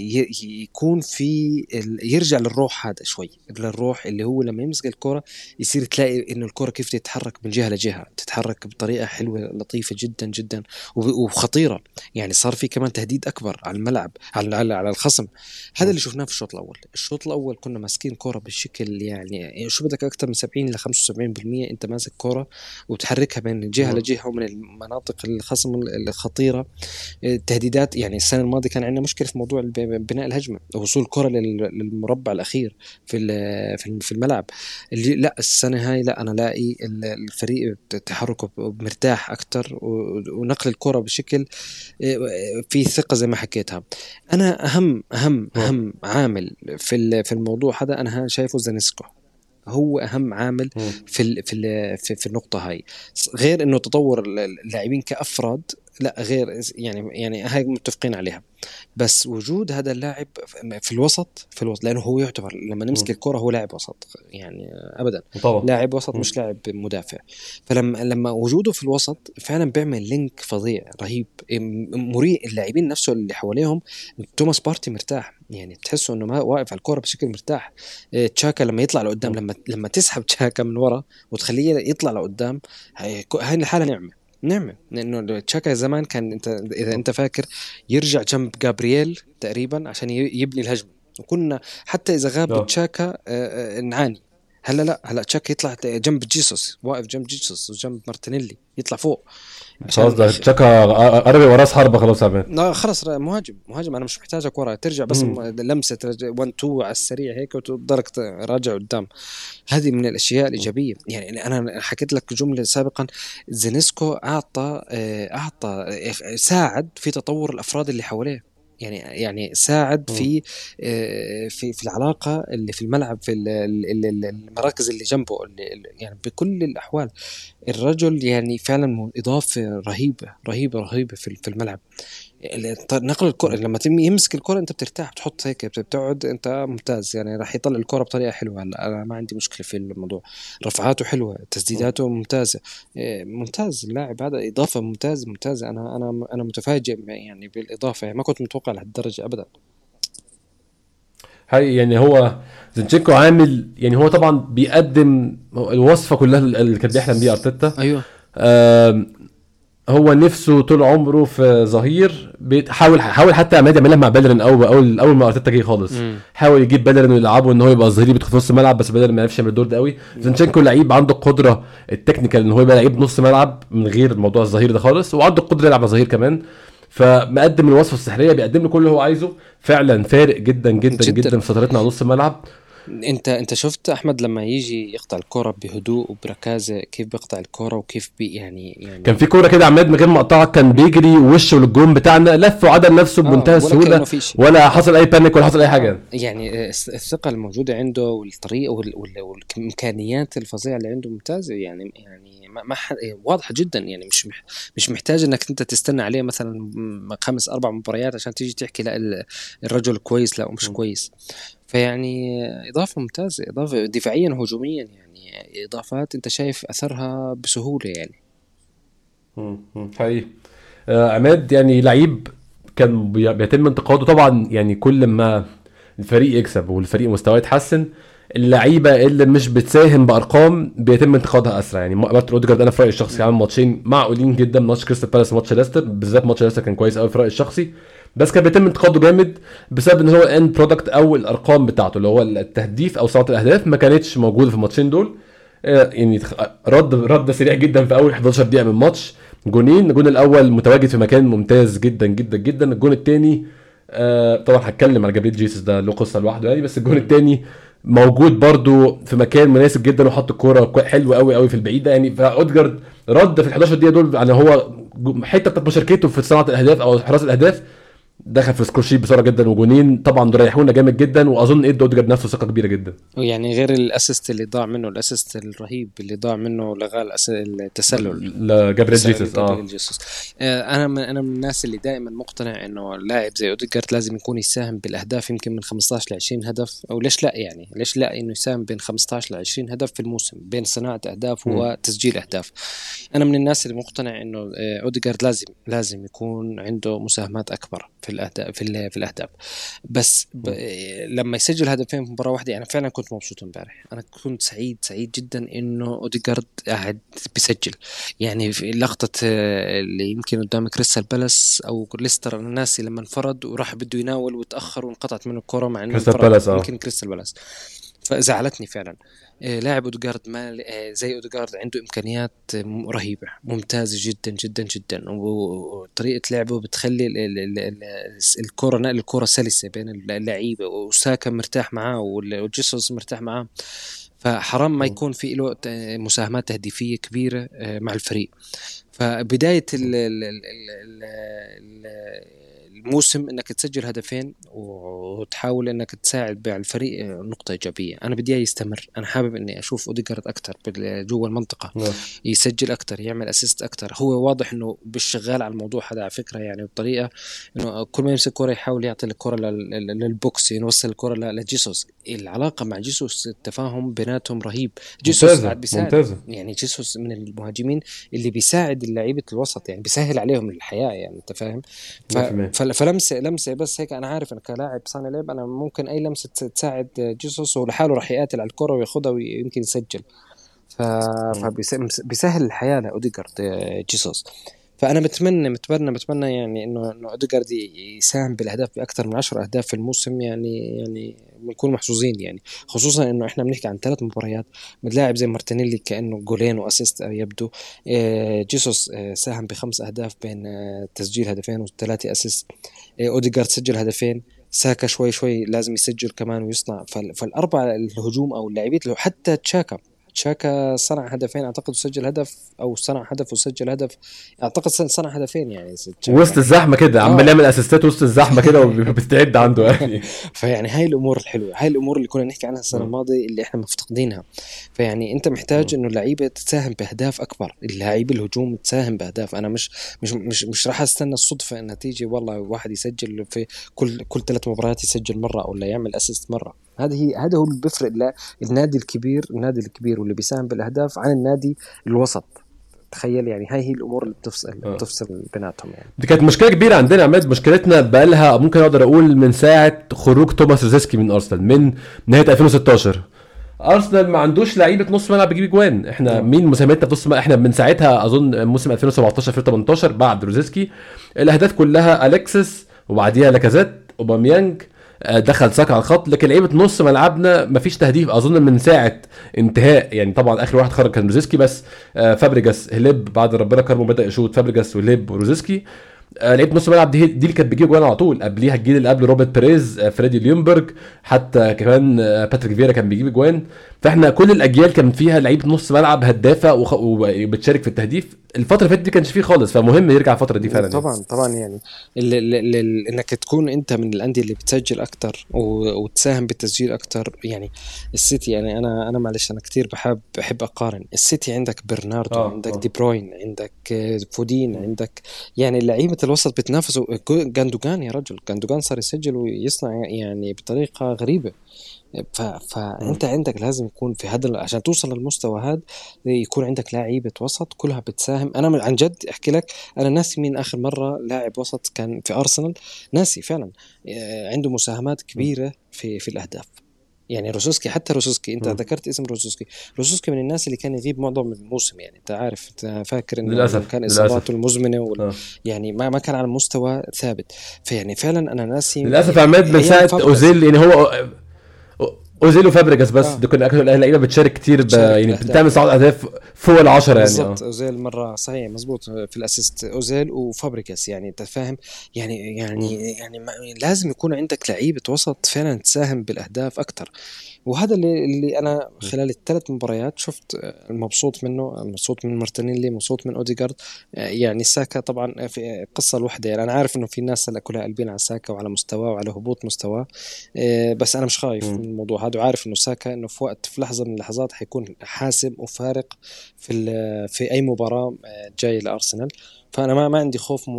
يكون في يرجع للروح، هذا شوي للروح اللي هو لما يمسك الكرة يصير تلاقي إنه الكرة كيف تتحرك من جهة لجهة، تتحرك بطريقة حلوة لطيفة جدا جدا وخطيرة. يعني صار في كمان تهديد أكبر على الملعب، على الخصم. هذا اللي شفناه في الشوط الأول كنا ماسكين كرة بالشكل يعني شو بدك أكتر من 70 ل 75% أنت ماسك كرة وتحركها بين جهة لجهة ومن المناطق الخصم الخطيرة. تهديدات، يعني السنة الماضية كان عندنا مشكلة في موضوع بناء الهجمة، وصول الكرة للمربع الأخير في الملعب. اللي لا السنة هاي لا، أنا لاقي الفريق تحركه مرتاح أكتر، ونقل الكرة بشكل في ثقة زي ما حكيتها. أنا أهم عامل في الموضوع هذا أنا شايفه زانيسكو، هو أهم عامل في النقطة هاي، غير إنه تطور اللاعبين كأفراد، لا غير يعني هاي متفقين عليها. بس وجود هذا اللاعب في الوسط لأنه هو يعتبر لما نمسك الكرة هو لاعب وسط، يعني أبدا طبعا. لاعب وسط مش لاعب مدافع. فلما وجوده في الوسط فعلا بيعمل لينك فظيع رهيب مريء. اللاعبين نفسه اللي حواليهم، توماس بارتي مرتاح، يعني بتحسه انه ما واقف على الكرة بشكل مرتاح. تشاكا لما يطلع لقدام، لما تسحب تشاكا من ورا وتخليه يطلع لقدام، هاي الحالة نعمة. لأنه تشاكا زمان كان إذا أنت فاكر يرجع جنب جابرييل تقريبا عشان يبني الهجمة، وكنا حتى إذا غاب تشاكا نعاني. هلا تشاكا يطلع جنب جيسوس، واقف جنب جيسوس وجنب مارتينيلي، يطلع فوق خلاص ده تشاكا قرب وراس حربة خلاص عبين. لا خلاص مهاجم انا مش محتاجك ورا، ترجع بس لمسه 1 2 على السريع هيك وتضلك راجع قدام. هذه من الاشياء الايجابيه. يعني انا حكيت لك جمله سابقا، زينسكو اعطى ساعد في تطور الافراد اللي حواليه، يعني ساعد في العلاقه اللي في الملعب، في المراكز اللي جنبه، يعني بكل الاحوال الرجل يعني فعلا إضافة رهيبة في الملعب. نقل الكرة لما يمسك الكرة أنت بترتاح، بتحط هيك بتقعد أنت ممتاز، يعني راح يطلع الكرة بطريقة حلوة. أنا ما عندي مشكلة في الموضوع، رفعاته حلوة، تسديداته ممتازة، ممتاز اللاعب هذا، إضافة ممتازة. أنا متفاجئ يعني بالإضافة، يعني ما كنت متوقع لهالدرجة أبدا. هاي يعني هو زينشينكو عامل، يعني هو طبعا بيقدم الوصفة كلها اللي كان بيحلم بيها أرتيتا. أيوة. هو نفسه طول عمره في ظهير، حاول حتى عماد يعملها مع بيلرين اول ما ارتيتا جه خالص. حاول يجيب بيلرين ويلعبه ان هو يبقى ظهير بيدخل في نص الملعب، بس بيلرين ما عرفش يعمل الدور ده قوي. زينشينكو لعيب عنده القدره التكنيكال ان هو يبقى لعيب نص ملعب من غير موضوع الظهير ده خالص، وعنده القدره يلعب ظهير كمان. فمقدم الوصفه السحريه، بيقدم له كل اللي هو عايزه. فعلا فارق جدا جدا جدا, جداً في فترتنا على نص الملعب. انت شفت احمد لما يجي يقطع الكرة بهدوء وبركازة كيف بيقطع الكرة وكيف يعني كان في كوره كده عماد من غير مقطعه، كان بيجري وشه للجون بتاعنا، لف وعدل نفسه بمنتهى السهوله، ولا حصل اي بانيك ولا حصل اي حاجه. يعني الثقه الموجوده عنده والطريقه والامكانيات الفظيعه اللي عنده ممتازه. يعني ما واضحه جدا. يعني مش محتاج انك انت تستنى عليه مثلا 5-4 مباريات عشان تيجي تحكي لا الرجل كويس لا مش كويس. فيعني إضافة ممتازة، إضافة دفاعيا وهجوميا، يعني إضافات أنت شايف أثرها بسهولة يعني. حقيقي. عماد يعني لعيب كان بيتم انتقاده طبعا، يعني كل ما الفريق يكسب والفريق مستواه يتحسن، اللعيبه اللي مش بتساهم بارقام بيتم انتقادها اسرع. يعني مارتن اوديجارد انا في رايي الشخصي عمل ماتشين معقولين جدا، ماتش كريستال بالاس وماتش ليستر، بالذات ماتش ليستر كان كويس قوي في رايي الشخصي، بس كان بيتم انتقاده جامد بسبب ان هو الاند برودكت او الارقام بتاعته اللي هو التهديف او صناعه الاهداف ما كانتش موجوده في الماتشين دول. يعني رد سريع جدا في اول 11 دقيقه من الماتش، جونين. الجون الاول متواجد في مكان ممتاز جدا جدا جدا، الجون الثاني طبعا هتكلم على جابريل جيسوس ده له قصه لوحده يعني، بس الجون الثاني موجود برضو في مكان مناسب جدا وحط الكوره حلوه قوي قوي في البعيده يعني. فاودجارد رد في ال11 دقيقه دول يعني هو حته بتاعت مشاركته في صناعه الاهداف او حراس الاهداف، دخل في سكور شيت بسرعه جدا، وجونين طبعا ريحونا جامد جدا، واظن ادى اودجارد نفسه ثقه كبيره جدا. ويعني غير الاسيست اللي ضاع منه، الاسيست الرهيب اللي ضاع منه لغاء التسلل لجابريل جيسوس. انا من الناس اللي دائما مقتنع انه لاعب زي اودجارد لازم يكون يساهم بالاهداف يمكن من 15 ل 20 هدف، او ليش لا يعني ليش لا انه يساهم بين 15 ل 20 هدف في الموسم بين صناعه اهداف وتسجيل اهداف. انا من الناس اللي مقتنع انه اودجارد لازم يكون عنده مساهمات اكبر في الاهداف في الاهداف. بس لما يسجل هدفين في مباراه واحده، يعني فعلا كنت مبسوط امبارح. انا كنت سعيد جدا انه اوديغارد قاعد بيسجل. يعني في لقطه اللي يمكن قدام كريستال بالاس او ليستر، الناس لما انفرد وراح بده يناول وتاخر وانقطعت منه الكره مع انه يمكن كريستال بالاس، فزعلتني فعلا. لاعب اوديغارد زي اوديغارد عنده امكانيات رهيبه ممتازه جدا جدا جدا، وطريقه لعبه بتخلي الكره نقل الكره سلسه بين اللعيبه، وساكا مرتاح معاه وجيسوس مرتاح معاه. فحرام ما يكون في له مساهمات تهديفيه كبيره مع الفريق. فبدايه الموسم انك تسجل هدفين وتحاول انك تساعد بالفريق نقطه ايجابيه. انا بدي يستمر، انا حابب اني اشوف اوديغارد اكثر جوا المنطقه، يسجل اكثر، يعمل اسيست اكثر. هو واضح انه بالشغال على الموضوع هذا على فكره، يعني بطريقه انه كل ما يمسك كره يحاول يعطي الكره للبوكس، يوصل الكره لجيسوس. العلاقه مع جيسوس التفاهم بيناتهم رهيب. جيسوس قاعد بيساعد، يعني جيسوس من المهاجمين اللي بيساعد اللعيبه الوسط، يعني بيسهل عليهم الحياه، يعني انت فاهم. فلمسه بس هيك، انا عارف ان كلاعب صانع لعب انا ممكن اي لمسه تساعد جيسوس ولحاله راح يقاتل على الكره وياخذها ويمكن يسجل. فبيسهل الحياه لاوديغارد جيسوس. فانا بتمنى يعني انه اوديغارد يساهم بالاهداف باكثر من 10 اهداف في الموسم. يعني بنكون محظوظين، يعني خصوصا انه احنا بنحكي عن 3 مباريات من لاعب زي مارتينيلي كانه جولين واسيست يبدو. جيسوس ساهم ب5 اهداف بين تسجيل هدفين و3 اسيست. اوديغارد سجل هدفين. ساكا شوي لازم يسجل كمان ويصنع. فالاربعه الهجوم او اللاعبين، لو حتى تشاكا صنع هدفين اعتقد وسجل هدف، او صنع هدف وسجل هدف، اعتقد صنع هدفين يعني وسط الزحمه كده عمال يعمل اسيستات وسط الزحمه كده وبيستعد عنده يعني. فيعني هاي الامور الحلوه، هاي الامور اللي كنا نحكي عنها السنه الماضيه اللي احنا مفتقدينها. فيعني انت محتاج انه اللعيبه تساهم باهداف اكبر، اللاعبين الهجوم تساهم باهداف. انا مش راح استنى الصدفه انها تيجي والله واحد يسجل في كل 3 مباريات يسجل مره ولا يعمل اسيست مره. هذا هو اللي بيفرق النادي الكبير واللي بيساهم بالاهداف عن النادي الوسط. تخيل يعني هاي هي الامور اللي بتفصل بيناتهم. يعني دي كانت مشكله كبيره عندنا عماد، مشكلتنا بقالها ممكن اقدر اقول من ساعه خروج توماس روزيسكي من ارسنال من نهايه 2016. ارسنال ما عندوش لعيبه نص ملعب بيجيب جوان. احنا طبعا مين مساهمتنا في نص ملعب؟ احنا من ساعتها اظن موسم 2017 2018 بعد روزيسكي الاهداف كلها اليكسس وبعديها لاكازيت اوباميانج، دخل ساكا على الخط، لكن لعيبه نص ملعبنا مفيش تهديف اظن من ساعه انتهاء. يعني طبعا اخر واحد خرج كان روزيسكي بس، فابريجاس هليب بعد ربنا كرمه بدا يشوط، فابريجاس وهليب وروزيسكي. لعيبه نص ملعب دي اللي كانت بتجيب جوان على طول. قبليها الجيل اللي قبل روبرت بيريز، فريدي ليونبرج، حتى كمان باتريك فيرا كان بيجيب جوان. فاحنا كل الاجيال كانت فيها لعيبه نص ملعب هدافه وبتشارك في التهديف. الفتره اللي فاتت دي كانش فيه خالص، فمهم يرجع الفتره دي فعلا يعني. طبعا يعني انك تكون انت من الانديه اللي بتسجل اكتر وتساهم بالتسجيل اكتر. يعني السيتي، يعني انا معلش انا كتير بحب اقارن السيتي. عندك برناردو، عندك دي بروين، عندك فودين، عندك يعني لعيبه الوسط بتنافسوا. جاندوجان يا رجل، جاندوجان صار يسجل ويصنع يعني بطريقه غريبه. فانت عندك لازم يكون في هذا عشان توصل للمستوى هذا، يكون عندك لاعيبه وسط كلها بتساهم. انا عن جد احكي لك، انا ناسي مين اخر مره لاعب وسط كان في ارسنال، ناسي فعلا. عنده مساهمات كبيره في الاهداف. يعني روسوسكي، حتى روسوسكي انت ذكرت اسم روسوسكي. روسوسكي من الناس اللي كان يغيب معظم الموسم، يعني انت عارف، انت فاكر انه للاسف كان اصاباته للاسف. المزمنه اه يعني ما كان على مستوى ثابت. فيعني فعلا انا ناسي للاسف عماد من ايام ساعه فابريجاس. اوزيل يعني هو اوزيل وفابريجاس بس اه دول كانوا اكتر لعيبه بتشارك كتير بتشارك يعني بالاهداف بتعمل يعني. صعود اهداف فوق العشرة يعني. بالضبط، اه اوزيل مره صحيح مزبوط في الاسيست، اوزيل وفابريكاس. يعني انت فاهم، يعني لازم يكون عندك لعيبه وسط فعلا تساهم بالاهداف اكثر. وهذا اللي انا خلال الثلاث مباريات شفت. مبسوط منه، مبسوط من مارتينيلي، مبسوط من اوديجارد. يعني ساكا طبعا في قصه لوحده. يعني انا عارف انه في ناس هلا كلها قلبين على ساكا وعلى مستواه وعلى هبوط مستواه. بس انا مش خايف من الموضوع هذا، وعارف انه ساكا انه في وقت، في لحظه من اللحظات حيكون حاسم وفارق في اي مباراه جاي لارسنال. فانا ما عندي خوف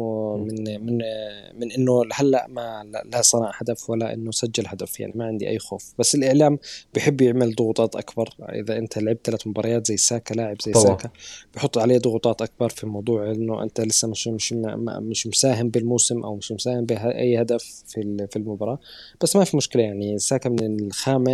من انه هلا ما لا صنع هدف ولا انه سجل هدف. يعني ما عندي اي خوف. بس الاعلام بحب يعمل ضغوطات اكبر اذا انت لعبت 3 مباريات زي ساكا، لاعب زي طبعا. ساكا بحط عليه ضغوطات اكبر في موضوع انه انت لسه مش مساهم بالموسم او مش مساهم باي هدف في المباراه. بس ما في مشكله، يعني ساكا من الخامه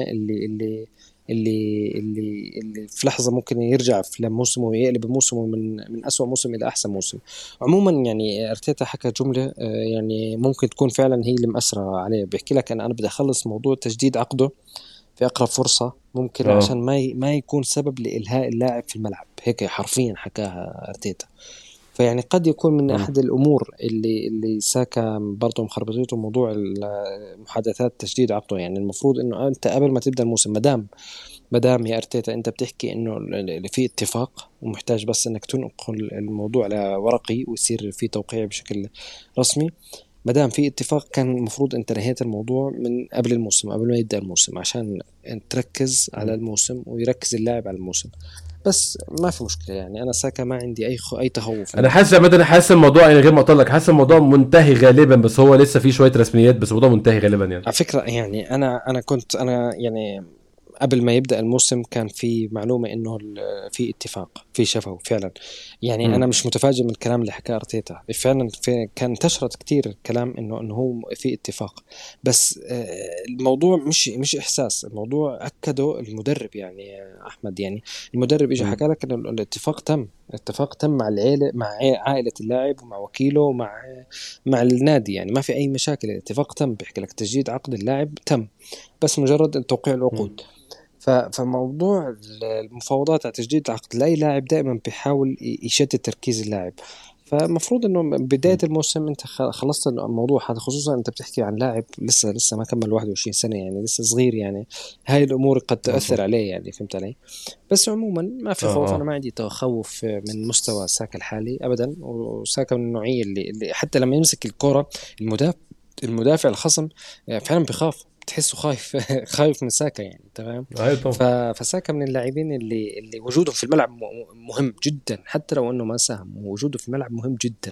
اللي في لحظة ممكن يرجع في موسمه ويقلب موسمه من أسوأ موسم إلى أحسن موسم. عموما يعني أرتيتا حكى جملة يعني ممكن تكون فعلا هي اللي مأثرة عليه. بيحكي لك أنا بدي أخلص موضوع تجديد عقده في أقرب فرصة ممكن، عشان اه ما يكون سبب لإلهاء اللاعب في الملعب. هيك حرفيا حكاها أرتيتا. فيعني قد يكون من أحد الأمور اللي ساكا برضه مخربطته موضوع المحادثات تجديد عقده. يعني المفروض إنه أنت قبل ما تبدأ الموسم، مدام يا ارتيتا انت بتحكي انه في اتفاق ومحتاج بس انك تنقل الموضوع لورقي ويصير في توقيع بشكل رسمي. مدام في اتفاق كان المفروض انت نهيت الموضوع من قبل الموسم، قبل ما يبدأ الموسم، عشان تركز على الموسم ويركز اللاعب على الموسم. بس ما في مشكلة. يعني انا ساكا ما عندي اي تخوف انا منه. حاسس عامه، انا حاسس الموضوع يعني غير ما اقول لك، حاسس الموضوع منتهي غالبا، بس هو لسه في شويه رسميات، بس الموضوع منتهي غالبا يعني. على فكرة يعني أنا يعني قبل ما يبدأ الموسم كان في معلومة إنه في اتفاق، في شفوي فعلا. يعني أنا امم مش متفاجئ من الكلام اللي حكاه أرتيتا. فعلا كان انتشرت كتير الكلام إنه هو في اتفاق. بس الموضوع مش إحساس، الموضوع أكده المدرب. يعني يا أحمد، يعني المدرب إجا حكى لك إنه الاتفاق تم مع العائلة، مع عائلة اللاعب ومع وكيله مع النادي. يعني ما في أي مشاكل، الاتفاق تم. بيحكي لك تجديد عقد اللاعب تم، بس مجرد توقيع العقود. فموضوع المفاوضات على تجديد العقد لأي لاعب دائما بيحاول يشتت تركيز اللاعب. فمفروض انه بداية الموسم انت خلصت الموضوع هذا، خصوصا انت بتحكي عن لاعب لسه ما كمل 21 سنة، يعني لسه صغير. يعني هاي الامور قد تأثر عليه، يعني فهمت علي. بس عموما ما في خوف. انا اه ما عندي تخوف من مستوى ساكا الحالي ابدا. وساكا من النوعية اللي حتى لما يمسك الكرة، المدافع الخصم فعلا بخاف، تحسه خايف خايف من ساكا. يعني تمام. ايوه طبعا. فساكا من اللاعبين اللي وجوده في الملعب مهم جدا، حتى لو انه ما ساهم، وجوده في الملعب مهم جدا.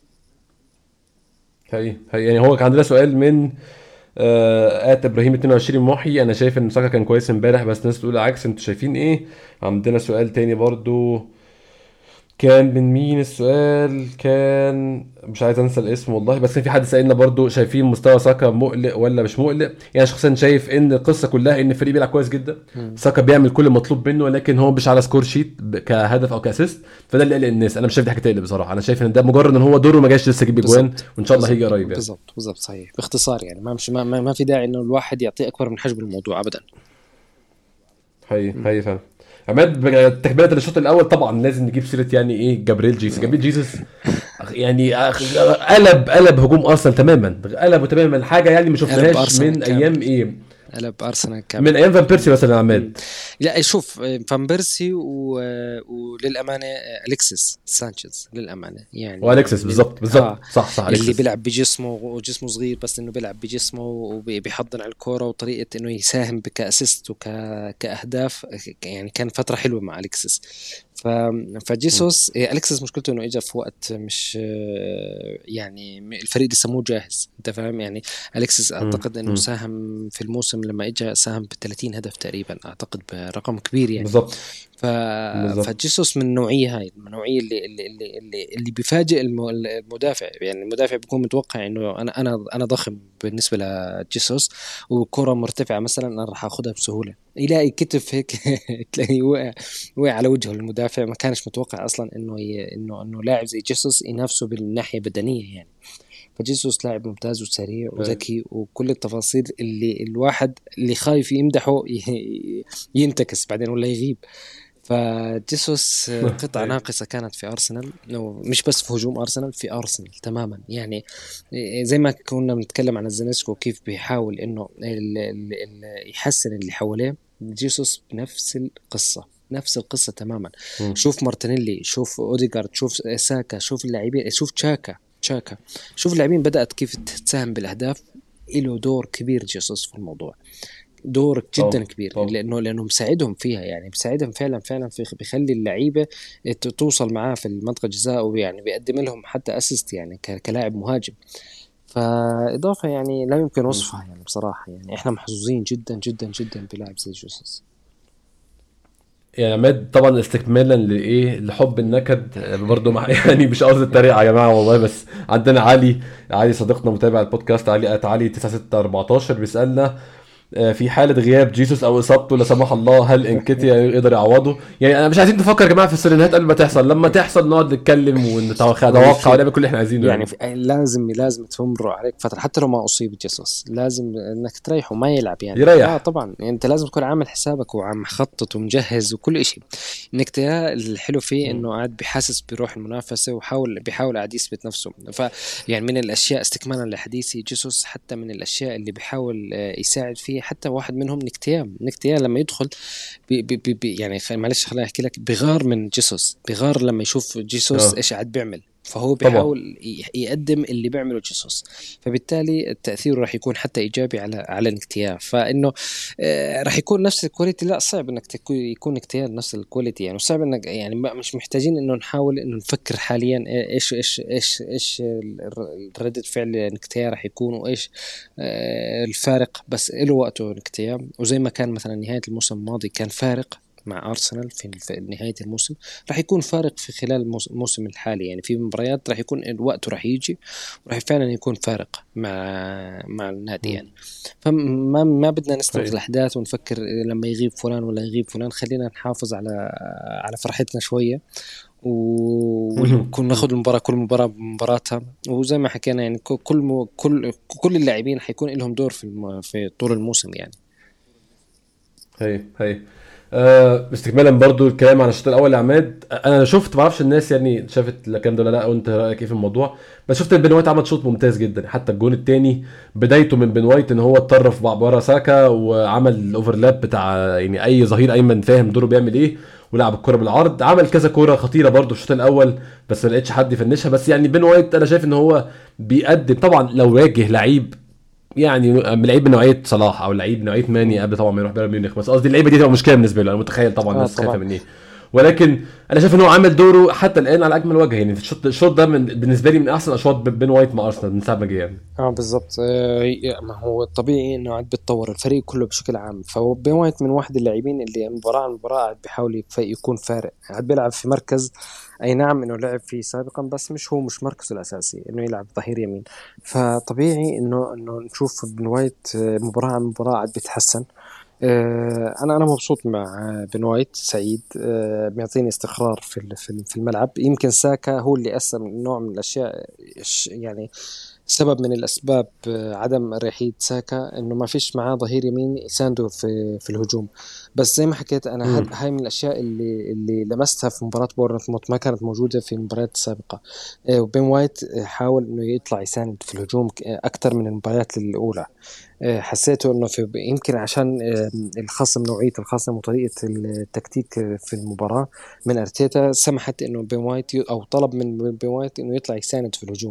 هي يعني هو كان عندنا سؤال من ابراهيم 22 محي، انا شايف ان ساكا كان كويس امبارح بس ناس تقول عكس، انتوا شايفين ايه؟ عندنا سؤال تاني برضو، كان من مين السؤال؟ كان مش عايز انسى الاسم والله، بس كان في حد سألنا برضو شايفين مستوى ساكا مقلق ولا مش مقلق. يعني شخصيا شايف ان القصه كلها ان الفريق بيلعب كويس جدا، مم. ساكا بيعمل كل المطلوب منه، لكن هو مش على سكور شيت كهدف او كاسيست، فده اللي قلق الناس. انا مش شايف دي حاجه تقلق بصراحه، انا شايف ان ده مجرد ان هو دوره ما جاش لسه يجيب اجوان، بالضبط وان شاء الله هيجي قريب يعني. بالضبط بالضبط صحيح. باختصار يعني ما في داعي انه الواحد يعطيه اكبر من حجم الموضوع ابدا. هي مم. هي فعلا. عماد تكمله للشوط الاول طبعا لازم نجيب سيره يعني ايه جابريل جيسوس. جابريل جيسوس يعني قلب هجوم ارسنال تماما، قلبه تماما، حاجه يعني ما قلب شفناهاش ارسنال من ايام كامل، ايه، قلب ارسنال من كامل. ايام فان بيرسي مثلا يا مم. عماد. لا شوف، فان بيرسي وللامانه اليكسيس سانشيز للامانه يعني والكسس بالظبط بالظبط، صح صح اللي الكسس. بيلعب بجسمه وجسمه صغير، بس انه بيلعب بجسمه وبيحضن على الكوره، وطريقه انه يساهم كاسيست وكاهداف. يعني كان فتره حلوه مع اليكسيس. فجيسوس اليكسيس مشكلته انه اجى في وقت مش يعني الفريق لسه مو جاهز، انت فاهم يعني. اليكسيس اعتقد انه ساهم في الموسم لما اجى ساهم ب 30 هدف تقريبا، اعتقد برقم كبير يعني. بالظبط ف... بالظبط. فجيسوس من النوعيه هاي، من النوعيه اللي بيفاجئ المدافع. يعني المدافع بيكون متوقع انه انا ضخم بالنسبه لجيسوس، وكره مرتفعه مثلا انا راح اخذها بسهوله، يلاقي كتف هيك تلاقيه وقع على وجهه. المدافع ما كانش متوقع اصلا انه لاعب زي جيسوس ينافسه بالناحيه البدنيه يعني. فجيسوس لاعب ممتاز وسريع وذكي، وكل التفاصيل اللي الواحد اللي خايف يمدحه ينتكس بعدين ولا يغيب. فجيسوس قطعة ناقصة كانت في أرسنال، مش بس في هجوم أرسنال، في أرسنال تماما يعني. زي ما كنا بنتكلم عن الزنسكو كيف بيحاول إنه يحسن اللي حواليه، جيسوس بنفس القصة، نفس القصة تماما. شوف مارتينيلي، شوف أوديغارد، شوف ساكا، شوف اللاعبين، شوف تشاكا، شوف اللاعبين بدأت كيف تساهم بالأهداف. له دور كبير جيسوس في الموضوع، دور جدا كبير، لانه مساعدهم فيها يعني، مساعدهم فعلا بيخلي اللعيبه توصل معاه في المنطقه الجزاء، ويعني بيقدم لهم حتى اسيست يعني كلاعب مهاجم. فاضافه يعني لا يمكن وصفها يعني بصراحه. يعني احنا محظوظين جدا جدا جدا بلاعب زي جوسس. يعني عماد طبعا استكمالا لايه لحب النكد برضو مع يعني مش قصدي التريقه يا جماعه والله، بس عندنا علي صديقنا متابع البودكاست، علي 9614 بيسالنا في حالة غياب جيسوس او اصابته لا سمح الله هل انكيتيا يقدر يعوضه؟ يعني انا مش عايزين نفكر يا جماعه في السيناريوهات قبل ما تحصل، لما تحصل نقعد نتكلم ونتوقع ونعمل كل اللي احنا عايزينه يعني يعني. لازم تمر عليك فتره، حتى لو ما اصيب جيسوس لازم انك تريحه ما يلعب يعني. يريح. طبعا يعني انت لازم تكون عامل حسابك وعم مخطط ومجهز وكل شيء. نكتيا الحلو فيه انه قاعد بحاسس بروح المنافسه، بيحاول قاعد يثبت نفسه. يعني من الاشياء استكمالا لحديثي جيسوس، حتى من الاشياء اللي بيحاول يساعد فيه، حتى واحد منهم نكتيا لما يدخل يعني معلش خليني احكي لك، بغار من جيسوس، بغار لما يشوف جيسوس ايش قاعد بيعمل، فهو طبعا بيحاول يقدم اللي بيعمله جيسوس. فبالتالي التأثير راح يكون حتى إيجابي على نكتيا. فإنه راح يكون نفس الكواليتي. لا صعب إنك يكون نكتيا نفس الكواليتي يعني، وصعب إنك يعني مش محتاجين إنه نحاول إنه نفكر حاليا إيش ردة فعل نكتيا راح يكون، وإيش الفارق. بس له وقته نكتيا، وزي ما كان مثلا نهاية الموسم الماضي كان فارق مع أرسنال في نهاية الموسم، راح يكون فارق في خلال الموسم الحالي يعني. في مباريات راح يكون الوقت راح يجي وراح فعلا يكون فارق مع النادي يعني. فما بدنا نستبق الأحداث ونفكر لما يغيب فلان ولا يغيب فلان. خلينا نحافظ على فرحتنا شوية، ونكون ناخذ المباراة كل مباراة بمباراتها. وزي ما حكينا يعني كل اللاعبين حيكون لهم دور في طول الموسم يعني. هي استكمالا برضو الكلام عن الشوط الاول يا عماد، انا شفت ما اعرفش الناس يعني شافت الكلام ده ولا لا، وانت رايك ايه في الموضوع؟ بس شفت بن وايت عمل شوط ممتاز جدا، حتى الجون الثاني بدايته من بن وايت ان هو اتطرف ورا ساكا وعمل الاوفرلاب بتاع يعني اي ظهير ايمن فاهم دوره بيعمل ايه، ولعب الكره بالعرض. عمل كذا كوره خطيره برضو الشوط الاول بس ما لقيتش حد يفنشها. بس يعني بن وايت انا شايف ان هو بيقدم، طبعا لو واجه لعيب يعني لعيب من نوعيه صلاح او لعيب من نوعيه ماني قبل طبعا ما يروح بايرن ميونخ، بس قصدي اللعيبه دي تبقى مشكله بالنسبه له. انا متخيل طبعا الناس خايفه طبعا من ايه، ولكن انا شايف ان هو عامل دوره حتى الان على اكمل وجه. يعني الشوط ده بالنسبه لي من احسن اشواط بين وايت مع ارسنال من ساعه ما جه يعني. اه بالضبط. ما هو الطبيعي انه عاد بيتطور الفريق كله بشكل عام، فهو بين وايت من واحد اللاعبين اللي مباراة عن مباراة عاد بيحاول يكون فارق، عاد بيلعب في مركز اي نعم انه لعب فيه سابقا بس مش مركزه الاساسي انه يلعب ظهير يمين. فطبيعي انه نشوف بين وايت مباراة عن مباراة عاد بيتحسن. انا مبسوط مع بن وايت، سعيد. بيعطيني استقرار في الملعب. يمكن ساكا هو اللي أثر نوع من الاشياء، يعني سبب من الأسباب عدم أريحية ساكا إنه ما فيش معاه ظهير يمين يسانده في الهجوم. بس زي ما حكيت أنا امم. هاي من الأشياء اللي لمستها في مباراة بورنموث ما كانت موجودة في المباريات السابقة. وبين وايت حاول إنه يطلع يساند في الهجوم أكثر من المباريات الأولى. حسيته انه يمكن عشان الخصم، نوعيه الخصم وطريقه التكتيك في المباراه من ارتيتا سمحت انه بين وايت او طلب من بين وايت انه يطلع يساند في الهجوم.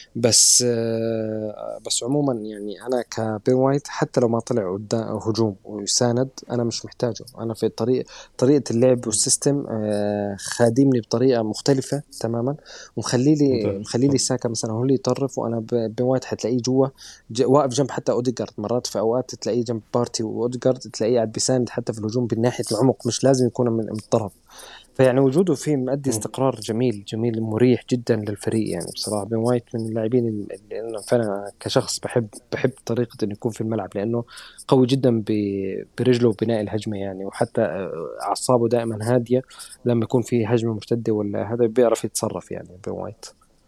بس عموما يعني انا كبين وايت حتى لو ما طلع قدام هجوم ويساند انا مش محتاجه. انا في طريقه اللعب والسيستم خادمني بطريقه مختلفه تماما، مخلي لي ساكا مثلا هو اللي يطرف، وانا بين وايت حتلاقيه جوا واقف جنب حتى اوديجارد. مرات في اوقات تلاقيه جنب بارتي واوديجارد تلاقيه قاعد بيساند حتى في الهجوم بالناحيه العمق، مش لازم يكون من الطرف. فيعني وجوده فيه مؤدي استقرار جميل جميل مريح جدا للفريق. يعني بصراحه بين وايت من اللاعبين اللي انا فعلا كشخص بحب طريقه انه يكون في الملعب، لانه قوي جدا برجله وبناء الهجمه يعني، وحتى اعصابه دائما هاديه لما يكون في هجمه مرتده ولا هذا بيعرف يتصرف يعني بين وايت.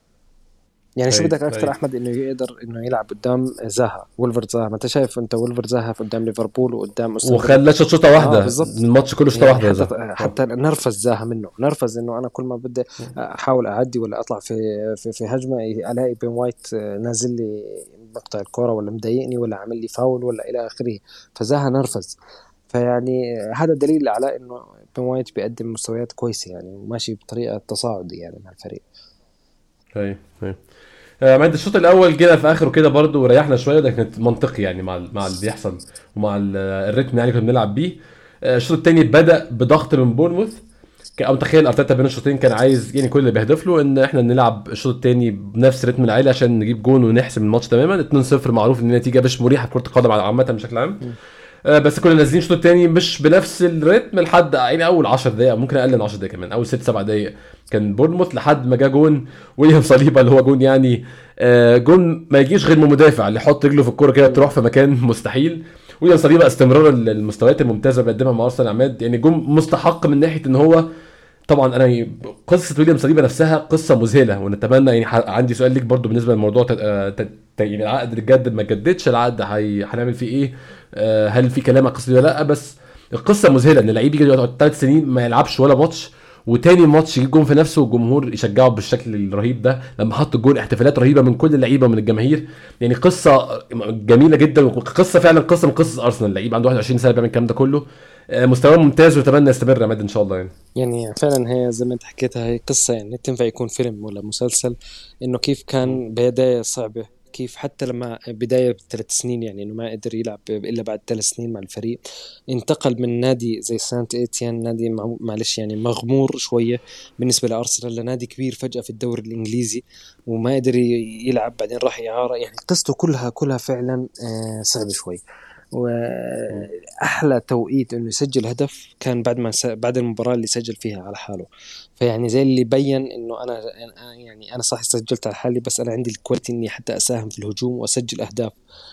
يعني شو اي بدك اكثر اي. احمد انه يقدر انه يلعب قدام زاها، ويلفرد زاها؟ ما انت شايف انت ويلفرد زاها قدام ليفربول وقدام استون فيلا. وخلى شوطه اه واحده بالضبط. الماتش كله، شوطه يعني واحده حتى ده. حتى نرفز زاها منه، نرفز انه انا كل ما بدي احاول اعدي ولا اطلع في هجمه الاقي بين وايت نازل لي مقطع الكوره ولا مضايقني ولا عامل لي فاول ولا الى اخره. فزاها نرفز. فيعني هذا دليل على انه بين وايت بيقدم مستويات كويسه يعني، وماشي بطريقه تصاعدي يعني مع الفريق. اي اي. مع الشوط الاول جينا في اخره كده برضو وريحنا شويه، ده كانت منطقي يعني مع اللي بيحصل ومع الريتم يعني كنا بنلعب بيه. الشوط الثاني بدا بضغط من بورنموث. او متخيل ارتيتا بين الشوطين كان عايز يعني كل اللي بيهدف له ان احنا نلعب الشوط الثاني بنفس رتم العالي عشان نجيب جون ونحسم الماتش تماما. 2-0 معروف ان النتيجه مش مريحه في كره القدم عامه بشكل عام. بس كنا نازلين الشوط الثاني مش بنفس الريتم لحد يعني اول 10 دقائق، ممكن اقل من 10 دقائق كمان، اول 6 7 دقائق كان بورنموث لحد ما جا جون ويليام صليبا اللي هو جون يعني جون ما يجيش غير من مدافع اللي يحط رجله في الكوره كده تروح في مكان مستحيل. ويليام صليبا استمرار المستويات الممتازه اللي بيقدمها مع ارسنال عماد، يعني جون مستحق من ناحيه ان هو طبعا انا قصه ويليام صليبا نفسها قصه مذهله. ونتمنى يعني عندي سؤال ليك برضو بالنسبه للموضوع يعني العقد اللي اتجدد ما اتجددش، العقد هنعمل فيه ايه؟ هل في كلام على القصه دي ولا لا؟ بس القصه مذهله ان اللعيب يجي يقعد 3 سنين ما يلعبش ولا ماتش، وتاني ماتش يجيب جون في نفسه والجمهور يشجعه بالشكل الرهيب ده. لما حط الجون احتفالات رهيبه من كل اللعيبه ومن الجماهير. يعني قصه جميله جدا، وقصه فعلا قصه من قصص ارسنال. اللعيب عنده 21 سنه بيعمل الكلام ده كله. مستواه ممتاز واتمنى يستمر يا ماد ان شاء الله يعني. يعني فعلا هي زي ما انت حكيتها هي قصة يعني تنفع يكون فيلم ولا مسلسل. انه كيف كان بداية صعبة، كيف حتى لما بداية بثلاث سنين يعني انه ما قدر يلعب الا بعد 3 سنين مع الفريق. انتقل من نادي زي سانت ايتيان، نادي معلش يعني مغمور شوية بالنسبة لارسنال، لنادي كبير فجأة في الدوري الانجليزي وما قدر يلعب. بعدين راح اعارة. يعني قصته كلها فعلا صعبة شوي. واحلى توقيت انه يسجل هدف كان بعد المباراه اللي سجل فيها على حاله. فيعني زي اللي بين انه يعني انا صح سجلت على حالي بس انا عندي الكواليتي اني حتى اساهم في الهجوم واسجل اهداف.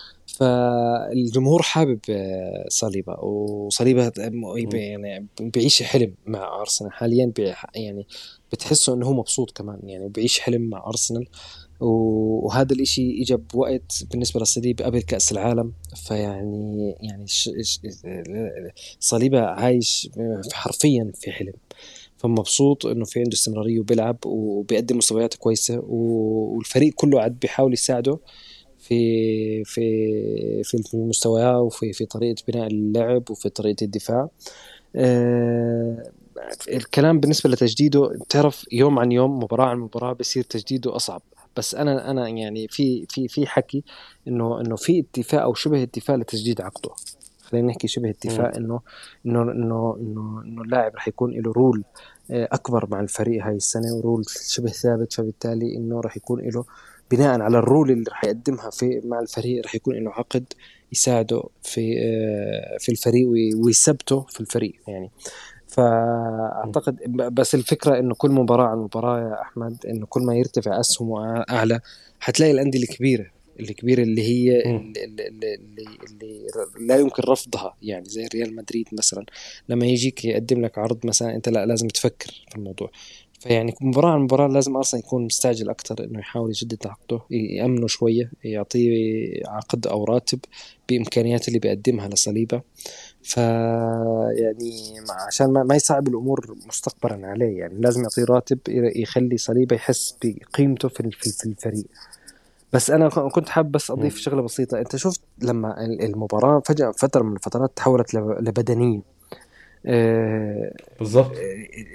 فالجمهور حابب صليبا، وصليبا يعني بيعيش حلم مع ارسنال حاليا. يعني بتحسه انه هو مبسوط كمان يعني بيعيش حلم مع ارسنال. وهذا الاشي اجى بوقت بالنسبة للصليب قبل كأس العالم. فيعني صليبة عايش حرفيا في حلم. فمبسوط انه في عنده استمرارية وبيلعب وبيقدم مستويات كويسة، والفريق كله عاد بيحاول يساعده في المستويات وفي طريقة بناء اللعب وفي طريقة الدفاع. الكلام بالنسبة لتجديده تعرف يوم عن يوم مباراة عن مباراة بصير تجديده أصعب. بس أنا يعني في حكي إنه في اتفاق أو شبه اتفاق لتجديد عقده. خلينا نحكي شبه مم. اتفاق إنه اللاعب رح يكون له رول أكبر مع الفريق هاي السنة، ورول شبه ثابت، فبالتالي إنه رح يكون له بناء على الرول اللي رح يقدمها في مع الفريق رح يكون له عقد يساعده في الفريق ويثبته في الفريق يعني. فأعتقد بس الفكرة إنه كل مباراة عن مباراة يا أحمد، إنه كل ما يرتفع أسهمه أعلى هتلاقي الأندية الكبيرة اللي هي مم. اللي لا يمكن رفضها، يعني زي ريال مدريد مثلا لما يجيك يقدم لك عرض مثلا أنت لا لازم تفكر في الموضوع. فيعني مباراة عن مباراة لازم أصلا يكون مستعجل أكتر إنه يحاول يجدد عقده، يأمنه شوية، يعطيه عقد أو راتب بإمكانيات اللي بيقدمها لصليبة. ف يعني عشان ما يصعب الامور مستقبلا عليه، يعني لازم يعطيه راتب يخلي صليبه يحس بقيمته في الفريق. بس انا كنت حابب بس اضيف مم. شغله بسيطه. انت شفت لما المباراه فجاه فتره من الفترات تحولت لبدنيه، آه، بالظبط.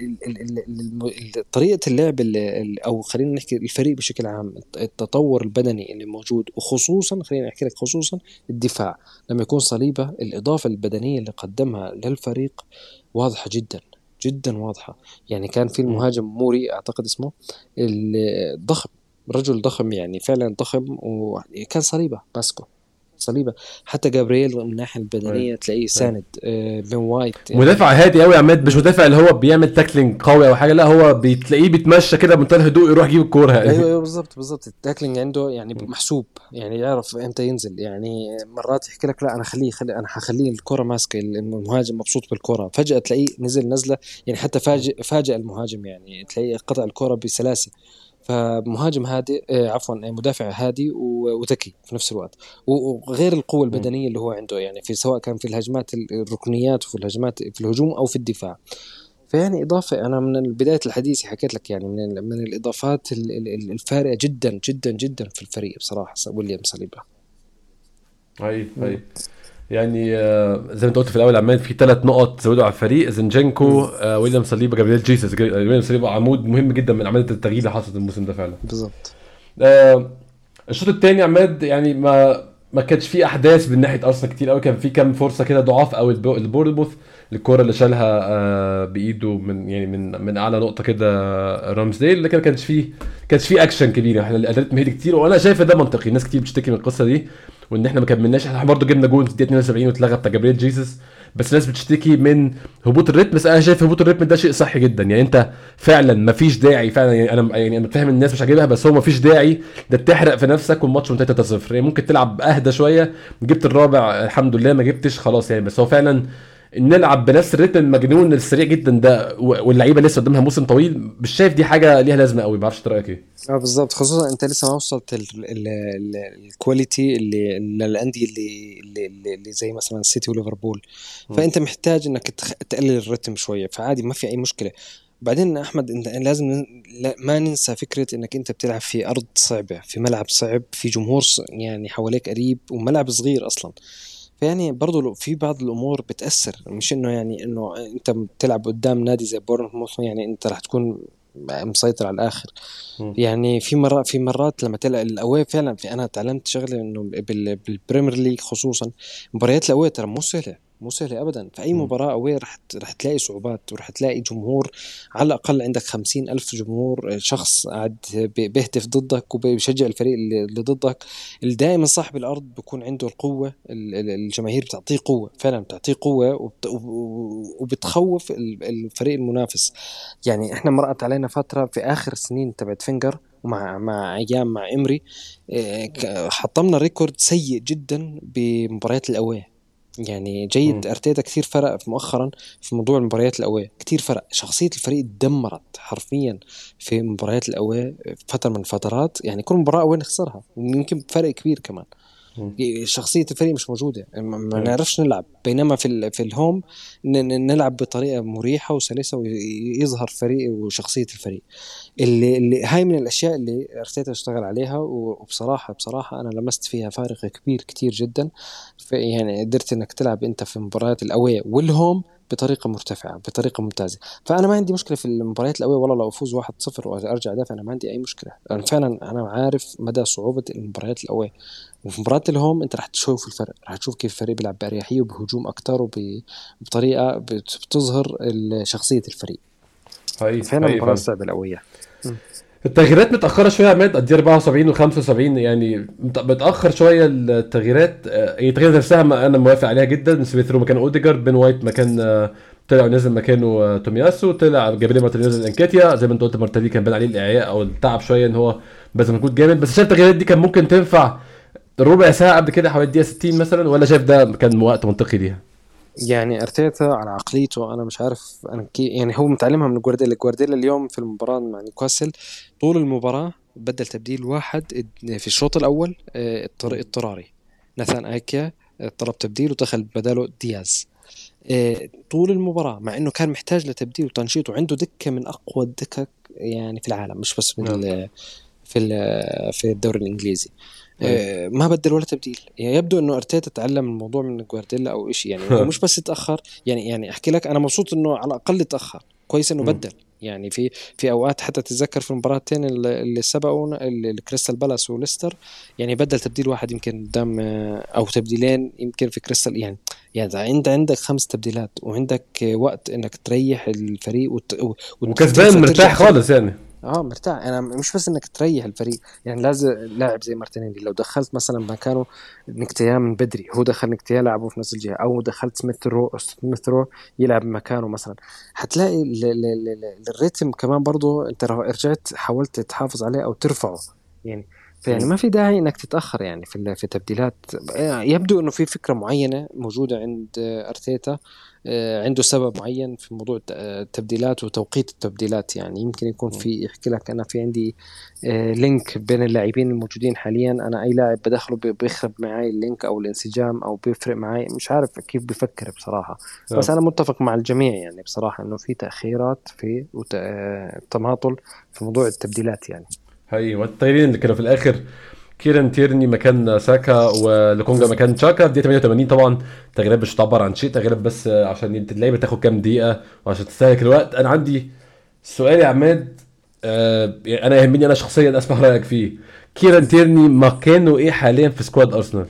طريقة اللعب أو خلينا نحكي الفريق بشكل عام، التطور البدني اللي موجود، وخصوصا خلينا نحكي لك خصوصا الدفاع لما يكون صليبة، الإضافة البدنية اللي قدمها للفريق واضحة جدا جدا واضحة. يعني كان في مم. المهاجم موري أعتقد اسمه، الضخم، رجل ضخم يعني فعلا ضخم، وكان صليبة ماسكه صليبة. حتى جابرييل من الناحية أيوة. البدنية تلاقيه أيوة. ساند، بن وايت مدافع هادي قوي يا عماد، مش مدافع اللي هو بيعمل تاكلينج قوي او حاجه، لا هو بتلاقيه بيتمشى كده بمنتهى الهدوء يروح يجيب الكوره ايوه يعني. ايوه بالضبط التاكلينج عنده يعني محسوب، يعني يعرف امتى ينزل. يعني مرات يحكي لك لا انا انا هخليه الكره ماسكه، المهاجم مبسوط بالكره، فجاه تلاقيه نزل نزله، يعني حتى فاجئ المهاجم، يعني تلاقيه قطع الكره بسلاسه. فمهاجم هادي عفوا مدافع هادي وذكي في نفس الوقت، وغير القوة مم. البدنية اللي هو عنده، يعني في سواء كان في الهجمات الركنيات وفي الهجمات في الهجوم أو في الدفاع. فيعني إضافة، أنا من بداية الحديث حكيت لك يعني من الإضافات الفارقة جدا جدا جدا في الفريق بصراحة ويليام صليبا. اي مم. اي. يعني زي ما انت قلت في الاول عماد، في 3 نقط زودوا على الفريق: زنجنكو، مم. ويليام صليبا، جابرييل جيسوس. ويليام صليبا عمود مهم جدا من عمليه التغيير اللي حصلت الموسم ده فعلا. بالضبط. آه، الشوط الثاني عماد يعني ما كانش فيه احداث من ناحيه ارسنال كتير قوي. كان في كام فرصه كده ضعاف قوي البورنموث، الكوره اللي شالها بايده من يعني من اعلى نقطه كده رامزديل، لكن ما كانش فيه اكشن كبير. احنا الريتم هدي كتير، وانا شايف ده منطقي. ناس كتير بتشتكي من القصه دي، وان احنا ما كملناش. احنا برضه جبنا جون في الدقيقه 72 واتلغى بتاع جابرييل جيسوس، بس الناس بتشتكي من هبوط الريتم. بس انا شايف هبوط الريتم ده شيء صحي جدا. يعني انت فعلا ما فيش داعي فعلا، يعني انا فاهم الناس مش عاجبها، بس هو ما فيش داعي ده تحرق في نفسك والماتش منتهي 3-0. يعني ممكن تلعب اهدى شويه. جبت الرابع الحمد لله، ما جبتش خلاص يعني. بس هو فعلا نلعب بنفس الريتم المجنون السريع جدا ده واللعيبه لسه قدامها موسم طويل، مش شايف دي حاجه ليها لازمه قوي. ما اعرفش رايك ايه. اه بالضبط، خصوصا انت لسه ما وصلت الكواليتي اللي للانديه اللي زي مثلا السيتي وليفربول. مم. فانت محتاج انك تقلل الرتم شويه، فعادي ما في اي مشكله. بعدين احمد انت لازم ما ننسى فكره انك انت بتلعب في ارض صعبه، في ملعب صعب، في جمهور يعني حواليك قريب، وملعب صغير اصلا. فيعني برضو في بعض الامور بتاثر، مش انه يعني انه انت بتلعب قدام نادي زي بورنموث يعني انت راح تكون مسيطر على الاخر. مم. يعني في مرات لما تلعب الاواي فعلا، في انا تعلمت شغله انه بالبريمير ليج خصوصا مباريات الاواي ترى مو سهله، مو سهله ابدا. في اي مم. مباراه اواي رح تلاقي صعوبات، ورح تلاقي جمهور. على الاقل عندك 50,000 جمهور، شخص قاعد بيهتف ضدك وبيشجع الفريق اللي ضدك. اللي دائما صاحب الارض بيكون عنده القوه، الجماهير بتعطيه قوه، فعلا بتعطيه قوه، وبتخوف الفريق المنافس. يعني احنا مرقت علينا فتره في اخر سنين تبعت فينجر مع ايام مع امري، حطمنا ريكورد سيء جدا بمباريات الاواي. يعني جيد مم. ارتيتا كثير فرق في مؤخرا في موضوع المباريات الاواي، كثير فرق، شخصيه الفريق تدمرت حرفيا في مباريات الاواي فتره من الفترات. يعني كل مباراه اواي نخسرها ويمكن بفرق كبير كمان. مم. شخصية الفريق مش موجودة، ما أيوة. نعرفش نلعب. بينما في الهوم نلعب بطريقة مريحة وسلسة، ويظهر فريق وشخصية الفريق. اللي هاي من الاشياء اللي ارتيتا اشتغل عليها، وبصراحه انا لمست فيها فارق كبير كتير جدا. يعني قدرت انك تلعب انت في مباريات الاوي والهوم بطريقه مرتفعه، بطريقه ممتازه. فانا ما عندي مشكله في المباريات الاوي، والله لو افوز 1-0 وارجع ادافع انا ما عندي اي مشكله. انا فعلا انا عارف مدى صعوبه المباريات الاوي. وفي مباراة الهوم انت رح تشوف الفرق، رح تشوف كيف الفريق بيلعب بأريحية وبهجوم اكتر وبطريقة بتظهر شخصية الفريق. هاي فعلا هاي مباراة فعلا. صعبة القوية. التغييرات متأخرة شوية يا عماد، قد 74 و75 يعني متأخر شوية التغييرات. هي التغييرات نفسها أنا موافق عليها جدا. سميث رو مكان أوديجارد، بن وايت مكان طلع ونزل مكانه تومياسو، طلع جابريل مارتينيز انكاتيا. زي ما انت قلت مارتينيز كان بان عليه الإعياء أو التعب شوية إن هو بس مجهود جامد. بس شايف التغييرات دي كان ممكن تنفع ربع ساعة قبل كده حوالي الدقيقة 60 مثلا، ولا شايف ده كان وقت منطقي ليها؟ يعني ارتيتا على عقليته انا مش عارف انا يعني هو متعلمها من جوارديولا. جوارديولا اليوم في المباراة مع نيوكاسل طول المباراة بدل تبديل واحد في الشوط الاول اضطراري. ناثان ايكيا طلب تبديل ودخل بداله دياز طول المباراة، مع انه كان محتاج لتبديل وتنشيط وعنده دكة من اقوى الدكك يعني في العالم، مش بس من نعم. في الدوري الانجليزي. أي. ما بدل ولا تبديل. يعني يبدو انه ارتيتا تعلم الموضوع من جوارديولا او شيء يعني. ومش بس يتاخر يعني احكي لك انا مبسوط انه على الاقل تاخر كويس انه بدل. يعني في اوقات حتى تتذكر في المباراتين اللي سبقونا الكريستال بالاس وليستر، يعني بدل تبديل واحد يمكن قدام او تبديلين يمكن في كريستال. يعني انت عندك 5 تبديلات وعندك وقت انك تريح الفريق وكسبان مرتاح خالص يعني. مرتاح. انا مش بس انك تريح الفريق، يعني لازم لاعب زي مارتينيلي لو دخلت مثلا مكانه نكتيا من بدري، هو دخل نكتيا لعبه في نفس الجهه، او دخلت سميث رو يلعب مكانه مثلا، هتلاقي الريتم كمان برضو انت لو رجعت حاولت تحافظ عليه او ترفعه يعني. فيعني ما في داعي انك تتاخر يعني في تبديلات. يبدو انه في فكره معينه موجوده عند ارتيتا، عنده سبب معين في موضوع التبديلات وتوقيت التبديلات. يعني يمكن يكون في يحكي لك أنا في عندي لينك بين اللاعبين الموجودين حاليا، أنا أي لاعب بدخله بيخرب معي اللينك أو الانسجام أو بيفرق معي، مش عارف كيف بيفكر بصراحة. بس أنا متفق مع الجميع يعني بصراحة إنه في تأخيرات في تماطل في موضوع التبديلات يعني. هاي والتغييرين اللي كانوا في الاخر، كيران تيرني مكان ساكا ولوكونجا مكان تشاكا في دقيقه 88. طبعا تغييرات مش تعبر عن شيء، تغييرات بس عشان اللعيبه تاخد كام دقيقه وعشان تستهلك الوقت. انا عندي سؤال يا عماد، انا يهمني انا شخصيا اسمع رايك فيه. كيران تيرني مكانه ايه حاليا في سكواد ارسنال؟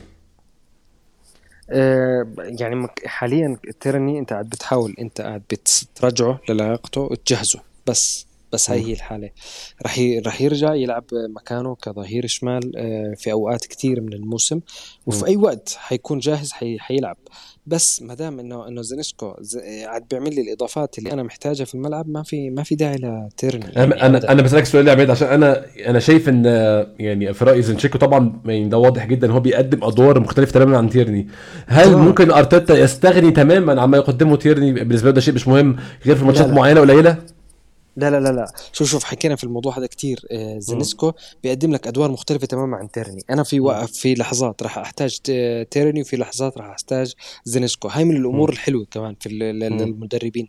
يعني حاليا تيرني انت قاعد بتحاول، انت قاعد بترجعه للياقته وتجهزه بس هاي هي الحالة. رح يرجع يلعب مكانه كظهير شمال في أوقات كتير من الموسم، وفي أي وقت حيكون جاهز حيلعب. بس ما دام إنه زينشكو قاعد بيعمل لي الإضافات اللي أنا محتاجها في الملعب، ما في داعي لتيرني يعني انا بسالك سؤال يا عماد عشان انا شايف ان يعني في رايي زينشيكو طبعا يعني ده واضح جدا ان هو بيقدم ادوار مختلفه تماما عن تيرني. هل ممكن ارتيتا يستغني تماما عما يقدمه تيرني؟ بالنسبه له ده شيء مش مهم غير في ماتشات معينه قليله. لا شوف حكينا في الموضوع هذا كتير. زينسكو بيقدم لك ادوار مختلفه تماما عن تيرني. انا في لحظات راح احتاج تيرني وفي لحظات راح احتاج زينسكو. هاي من الامور الحلوه كمان في المدربين.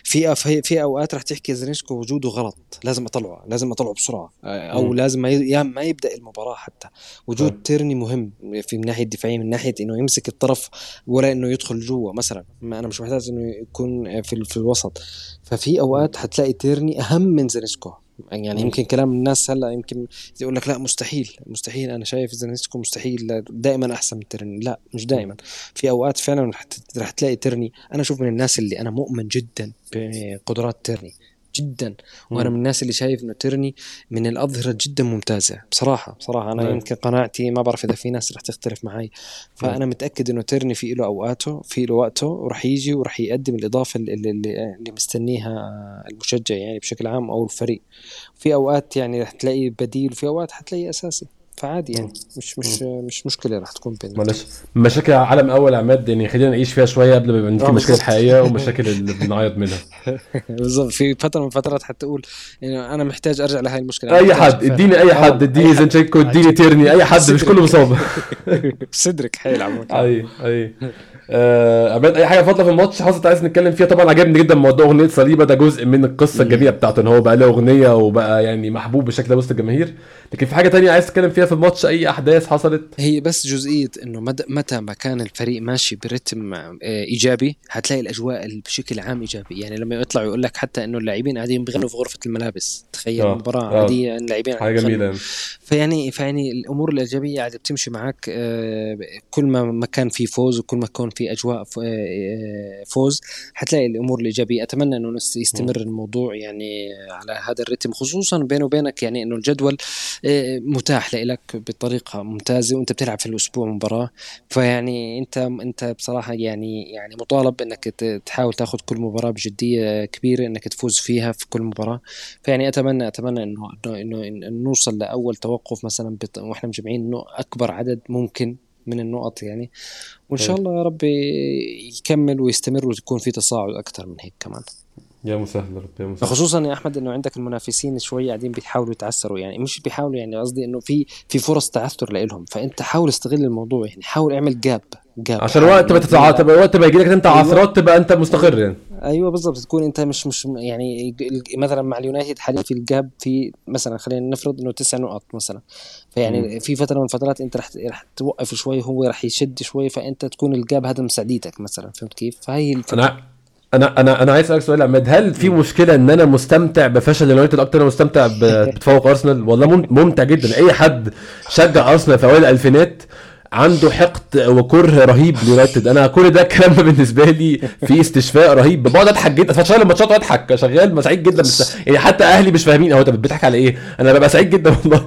في اوقات راح تحكي زينسكو وجوده غلط، لازم اطلعه بسرعه، او لازم ما يبدا المباراه. حتى وجود تيرني مهم في من ناحيه دفاعيه، من ناحيه انه يمسك الطرف ولا انه يدخل جوا مثلا. ما انا مش محتاج انه يكون في الوسط. ففي اوقات حتلاقي تيرني اهم من زينسكو. يعني يمكن كلام الناس هلا يمكن يقول لك لا مستحيل. انا شايف زينسكو مستحيل دائما احسن من تيرني. لا مش دائما، في اوقات فعلا رح تلاقي تيرني. انا اشوف من الناس اللي انا مؤمن جدا بقدرات تيرني جدا، وانا من الناس اللي شايف انه تيرني من الاظهره جدا ممتازه بصراحه. انا يمكن قناعتي، ما بعرف اذا في ناس رح تختلف معي، فانا متاكد انه تيرني في له اوقاته، في له وقته، ورح يجي ورح يقدم الاضافه اللي مستنيها المشجع يعني بشكل عام او الفريق. في اوقات يعني رح تلاقي بديل وفي اوقات حتلاقي اساسي، فعادي يعني مش مشكله رح تكون بين معلش. مشاكل عالم اول عماد يعني خلينا نعيش فيها شويه قبل ما يبقى في مشاكل حقيقيه ومشاكل اللي بنعيط منها. بالضبط. في فتره من فترات حتقول يعني انا محتاج ارجع لهي المشكله. اي حد اديني اي حد اديني زينشينكو اديني تيرني اي حد مش كله مصاب. صدرك حيلعب اي عماد اي حاجه فاضله في الماتش حصلت عايز نتكلم فيها؟ طبعا عجبني جدا موضوع اغنيه صليبه، ده جزء من القصه الجميله بتاعته ان هو بقى له اغنيه وبقى يعني محبوب بشكل وسط الجماهير. لكن في حاجه تانية عايز تتكلم فيها كده في الماتش اي احداث حصلت؟ هي بس جزئية انه متى ما كان الفريق ماشي برتم ايجابي هتلاقي الاجواء بشكل عام ايجابي. يعني لما يطلع يقول لك حتى انه اللاعبين قاعدين بيغنوا في غرفة الملابس، تخيل مباراة اه عادية اللاعبين حاجه قاعدين جميله بيغنوا. يعني. فيعني الامور الايجابية قاعدة بتمشي معك. كل ما كان في فوز وكل ما كان في اجواء فوز هتلاقي الامور الايجابية. اتمنى انه يستمر الموضوع يعني على هذا الرتم، خصوصا بينه وبينك يعني انه الجدول متاح لك بطريقة ممتازة وانت بتلعب في الاسبوع مباراة. فيعني انت بصراحة يعني مطالب انك تحاول تاخذ كل مباراة بجدية كبيرة، انك تفوز فيها في كل مباراة. فيعني اتمنى انه نوصل لاول توقف مثلا واحنا مجمعين انه اكبر عدد ممكن من النقط يعني. وان شاء الله يا رب يكمل ويستمر وتكون في تصاعد اكثر من هيك كمان. يا مسهل رب يا مسهل. خصوصا يا احمد انه عندك المنافسين شوي قاعدين بيحاولوا يتعثروا، يعني مش بيحاولوا، يعني قصدي انه في فرص تعثر لهم. فانت حاول استغل الموضوع، يعني حاول اعمل جاب عشان حاول وقت ما تبقى وقت ما يجيلك انت ايوه عثرات تبقى انت مستقر يعني. ايوه بالضبط، تكون انت مش يعني مثلا مع اليونايتد حاليا في الجاب في مثلا خلينا نفرض انه 9 نقط مثلا. فيعني في فتره من الفترات انت رح توقف شوي، هو رح يشد شوي، فانت تكون الجاب هذا مساعدتك مثلا. فهمت كيف؟ فهي الفكره. انا عايز اسالك سؤال يا عماد، هل في م. مشكله ان انا مستمتع بفشل اليونايتد اكتر من مستمتع بتفوق ارسنال؟ والله ممتع جدا. اي حد شجع ارسنال في اوائل الالفينات عنده حقد وكره رهيب ليونايتد. انا كل ده الكلام ده بالنسبه لي في استشفاء رهيب، بقعد اضحك جدا شغال الماتشات واضحك شغال سعيد جدا يعني حتى اهلي مش فاهمين هو انت بتضحك على ايه، انا ببقى سعيد جدا والله.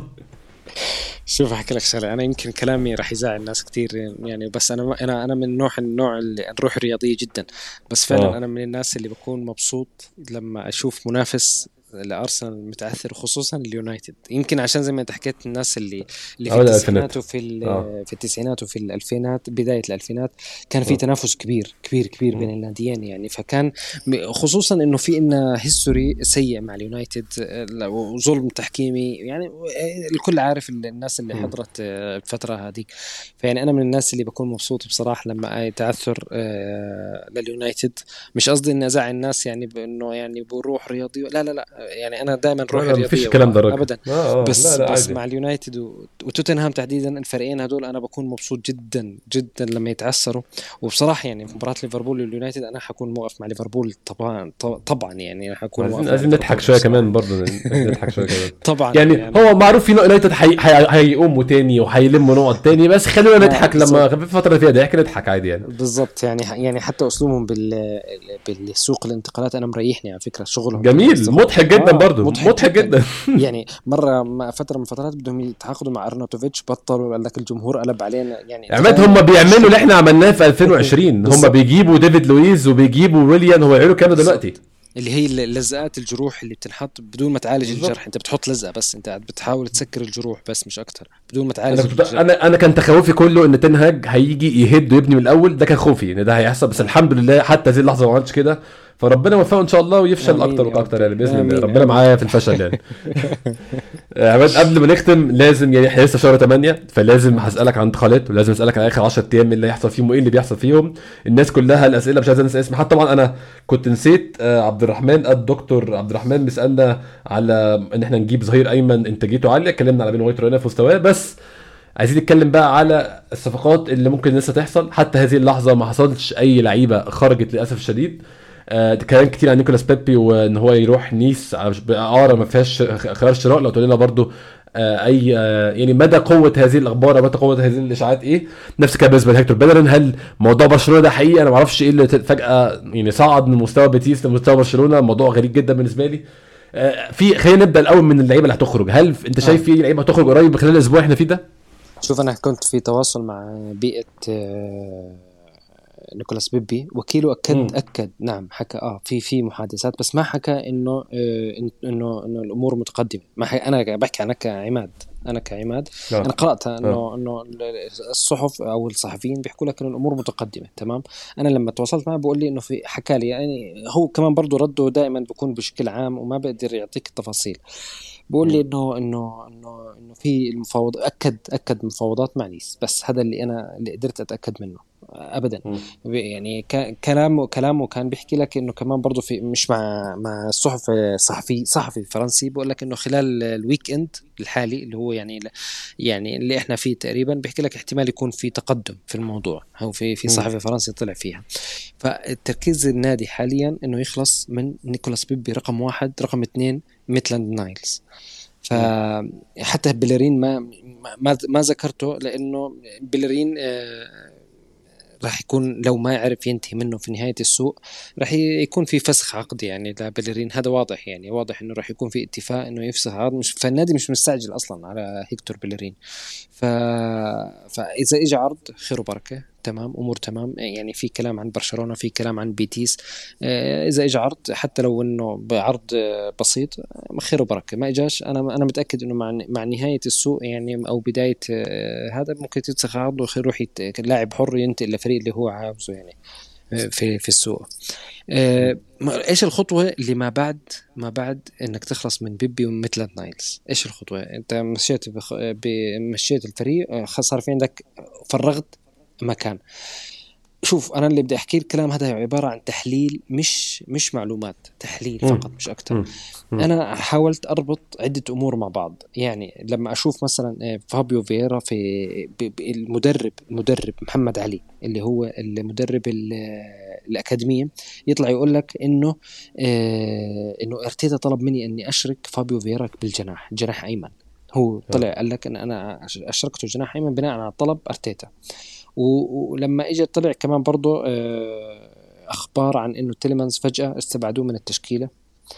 شوف احكي لك شغله، انا يمكن كلامي راح يزعل ناس كتير يعني، بس انا من النوع اللي الروح الرياضيه جدا. بس فعلا اه انا من الناس اللي بكون مبسوط لما اشوف منافس لارسنال متعثر، خصوصا اليونايتد. يمكن عشان زي ما انت حكيت الناس اللي في اوائل الالفينات. التسعينات وفي اه في التسعينات وفي الالفينات، بدايه الالفينات كان في اه تنافس كبير بين الناديين يعني. فكان خصوصا انه في إنه هيستوري سيء مع اليونايتد وظلم تحكيمي يعني. الكل عارف الناس اللي حضرت الفتره هذه. فيعني انا من الناس اللي بكون مبسوط بصراحه لما تعثر لليونايتد. مش قصدي اني ازعل الناس يعني بانه يعني بروح رياضي، لا يعني انا دائما لا روحي لا مفيش رياضيه الكلام ده الراجل. ابدا. لا بس لا بس عادي. مع اليونايتد وتوتنهام تحديدا، الفريقين هدول انا بكون مبسوط جدا لما يتعثروا. وبصراحه يعني في مباراه ليفربول واليونايتد انا حكون موقف مع ليفربول طبعا يعني حكون موقف مع عايزين نضحك ليفربول شويه بصراحه. كمان برضه، نضحك شويه كمان. طبعا يعني يعني هو معروف في يونايتد هيقوموا تاني وهيلموا نقط تاني، بس خلونا نضحك لما بالضبط في الفتره اللي فيها ضحك نضحك عادي يعني. بالضبط يعني حتى اسلوبهم بالسوق الانتقالات انا مريحني على فكره. شغلهم في جميل الاستفاضه مضحك جدا برضه مضحك مضحك جدا. جدا. يعني فتره من الفترات بدهم يتعاقدوا مع ارناتوفيتش، بطلوا، قال لك الجمهور قلب علينا يعني. عماد تخيل هم بيعملوا اللي الشغل احنا عملناه في 2020، هم بالضبط بيجيبوا ديفيد لويز وبيجيبوا ويليان، هو يعملوا كده دلوقتي. بالضبط اللي هي لزقات الجروح اللي بتنحط بدون ما تعالج بالظبط. الجرح. انت بتحط لزقه بس، انت بتحاول تسكر الجروح بس مش اكتر، بدون ما تعالج الجرح. انا كان تخوفي كله ان تنهاج هيجي يهد ويبني من الاول، ده كان خوفي ان ده هيحصل، بس الحمد لله حتى هذه اللحظه ما عملش كده. فربنا يوفقه ان شاء الله ويفشل امين اكتر يا واكتر ربي، يعني باذن الله، ربنا امين معايا في الفشل يعني. عماد قبل ما نختم لازم يعني احنا لسه في شهر 8، فلازم هسالك عن انتقالات ولازم اسالك عن اخر 10 ايام اللي هيحصل فيهم وايه اللي بيحصل فيهم. الناس كلها الاسئله مش عايز انسى اسمي حتى طبعا انا كنت نسيت. عبد الرحمن الدكتور عبد الرحمن بيسالنا على ان احنا نجيب ظهير ايمن انتاجيته عاليه، اتكلمنا على بين وايت رينا في مستواه، بس عايزين نتكلم بقى على الصفقات اللي ممكن لسه تحصل. حتى هذه اللحظه ما حصلش اي لعيبه خرجت للاسف الشديد. كلام كتير عن نيكولاس بيبي وان هو يروح نيس اعاره ما فيهاش خيار شراء. لو تقول لنا برضو اي يعني مدى قوه هذه الاخبار مدى قوه هذه الاشاعات ايه. نفس الكلام بالنسبه لهيكتور بيلرين، هل موضوع برشلونه ده حقيقي؟ انا ما اعرفش ايه اللي فجاه يعني صعد من مستوى بيتيس لمستوى برشلونه، موضوع غريب جدا بالنسبه لي. في خلينا نبدا الاول من اللعيبه اللي هتخرج. هل انت اه شايف في لعيبه هتخرج قريب خلال الاسبوع احنا فيه ده؟ شوف انا كنت في تواصل مع بيئه نيكولاس بيبي، وكيله امم اكد نعم، حكى في محادثات، بس ما حكى انه انه الامور متقدمه. ما حكى. انا بحكي عنك كعماد، انا كعماد اه انا قرات اه انه الصحف او الصحفيين بيحكوا لك انه الامور متقدمه تمام. انا لما تواصلت معه بقول لي انه في، حكى لي يعني، هو كمان برضه رده دائما بيكون بشكل عام وما بقدر يعطيك التفاصيل. بقول لي انه في المفاوض، اكد مفاوضات مع نيس، بس هذا اللي انا اللي قدرت اتاكد منه. ابدا. مم. يعني كلامه كان بيحكي لك انه كمان برضه في مش مع الصحف، صحفي فرنسي بقول لك انه خلال الويك اند الحالي اللي هو يعني اللي احنا فيه تقريبا، بيحكي لك احتمال يكون في تقدم في الموضوع، او في مم. صحفي فرنسي طلع فيها. فالتركيز النادي حاليا انه يخلص من نيكولاس بيبي رقم 1، رقم 2 ميتلاند نايلز. مم. فحتى بيلرين ما ذكرته، لانه بيلرين راح يكون لو ما يعرف ينتهي منه في نهاية السوق راح يكون في فسخ عقد يعني لبيلرين. هذا واضح، يعني واضح انه راح يكون في اتفاق انه يفسخ عقد، مش فالنادي مش مستعجل اصلا على هيكتور بيلرين. ف... فاذا اجى عرض خير وبركه، تمام، امور تمام. يعني في كلام عن برشلونه، في كلام عن بيتيس. اذا اجى عرض حتى لو انه بعرض بسيط، خير وبركه. ما اجاش، انا متاكد انه مع نهايه السوق يعني او بدايه هذا ممكن تتسخ عرض ويروح لاعب حر ينتقل للفريق اللي هو عاوزه يعني في السوق. ايش الخطوه اللي ما بعد انك تخلص من بيبي وميتلاند نايلز؟ ايش الخطوه؟ انت مشيت الفريق، صار في عندك، فرغت مكان. شوف، انا اللي بدي احكي الكلام هذا عباره عن تحليل، مش معلومات، تحليل مم. فقط مش اكثر. مم. مم. انا حاولت اربط عده امور مع بعض. يعني لما اشوف مثلا فابيو فييرا المدرب محمد علي اللي هو المدرب الاكاديميه، يطلع يقول لك انه ارتيتا طلب مني اني اشرك فابيو فييرا جناح ايمن. هو طلع قال لك ان انا اشركته جناح ايمن بناء على طلب ارتيتا. ولما اجى طلع كمان برضو اخبار عن انه تيليمانز فجأة استبعدوه من التشكيلة،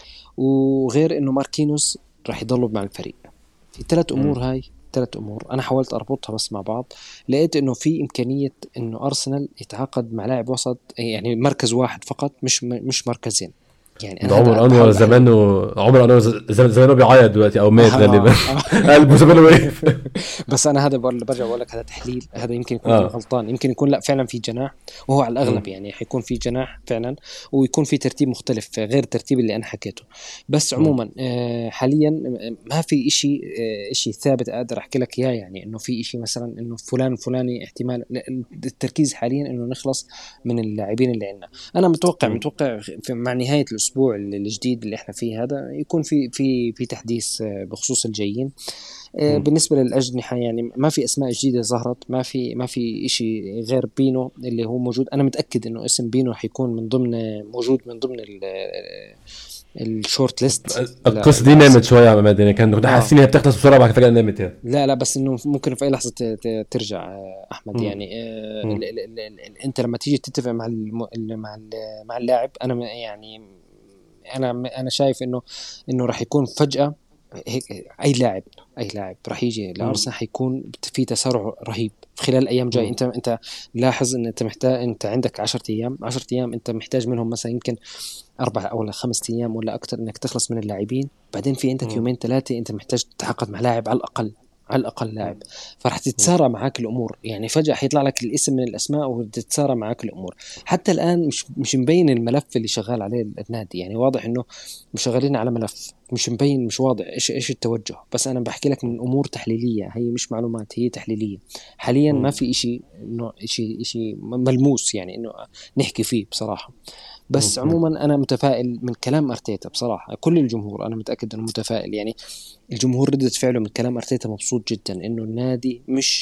وغير انه ماركينوس راح يضلوا مع الفريق. في ثلاث امور انا حاولت اربطها بس مع بعض. لقيت انه في امكانية انه ارسنال يتعاقد مع لاعب وسط، يعني مركز واحد فقط، مش مركزين. يعني ده انا هذا عمر انور بحاول احلل. زمانه، عمر انور زمانه بيعيط دلوقتي او مات غالبا. آه. قلبه زمانه وقف. بس انا هذا برجع بقول لك هذا تحليل، هذا يمكن يكون انا اه. غلطان، يمكن يكون لا فعلا في جناح، وهو على مم. الاغلب يعني حيكون في جناح فعلا، ويكون في ترتيب مختلف غير الترتيب اللي انا حكيته. بس مم. عموما حاليا ما في إشي ثابت اقدر احكي لك اياه، يعني انه في إشي مثلا انه فلان فلاني احتمال. التركيز حاليا انه نخلص من اللاعبين اللي عندنا. انا مم. متوقع مع نهايه الاسبوع الجديد اللي احنا فيه هذا يكون في تحديث بخصوص الجايين. مم. بالنسبة للأجنحة يعني ما في أسماء جديدة ظهرت، ما في إشي غير بينو اللي هو موجود. أنا متأكد إنه اسم بينو حيكون موجود من ضمن الشورت ليست القصة دي نامت لأرسنال. شوية يا عماد، يعني كنا آه حاسين هي بتخلص بسرعة، بعد فجأة نامت يعني. لا بس إنه ممكن في أي لحظة ترجع أحمد. مم. يعني مم. أنت لما تيجي تتفق مع اللاعب، يعني أنا شايف إنه راح يكون فجأة هيك. اي لاعب راح يجي مم. لارسنال حيكون في تسارع رهيب في خلال الايام جاي. مم. انت لاحظ ان انت محتاج، انت عندك 10 ايام انت محتاج منهم مثلا يمكن 4 أو 5 ايام ولا اكثر انك تخلص من اللاعبين. بعدين في عندك مم. 2-3 انت محتاج تتعاقد مع لاعب على الأقل لاعب. مم. فراح مم. تتسارع معاك الأمور، يعني فجأة حيطلع لك الاسم من الأسماء وتتسارع معاك الأمور. حتى الآن مش مبين الملف اللي شغال عليه النادي، يعني واضح إنه مش شغالين على ملف، مش مبين، مش واضح إيش التوجه. بس أنا بحكي لك من أمور تحليلية، هي مش معلومات، هي تحليلية. حاليا ما مم. في إشي ملموس يعني إنه نحكي فيه بصراحة. بس مم. عموما أنا متفائل من كلام أرتيتا بصراحة. كل الجمهور أنا متأكد إنه متفائل. يعني الجمهور ردة فعله من كلام أرتيتا مبسوط جدا إنه النادي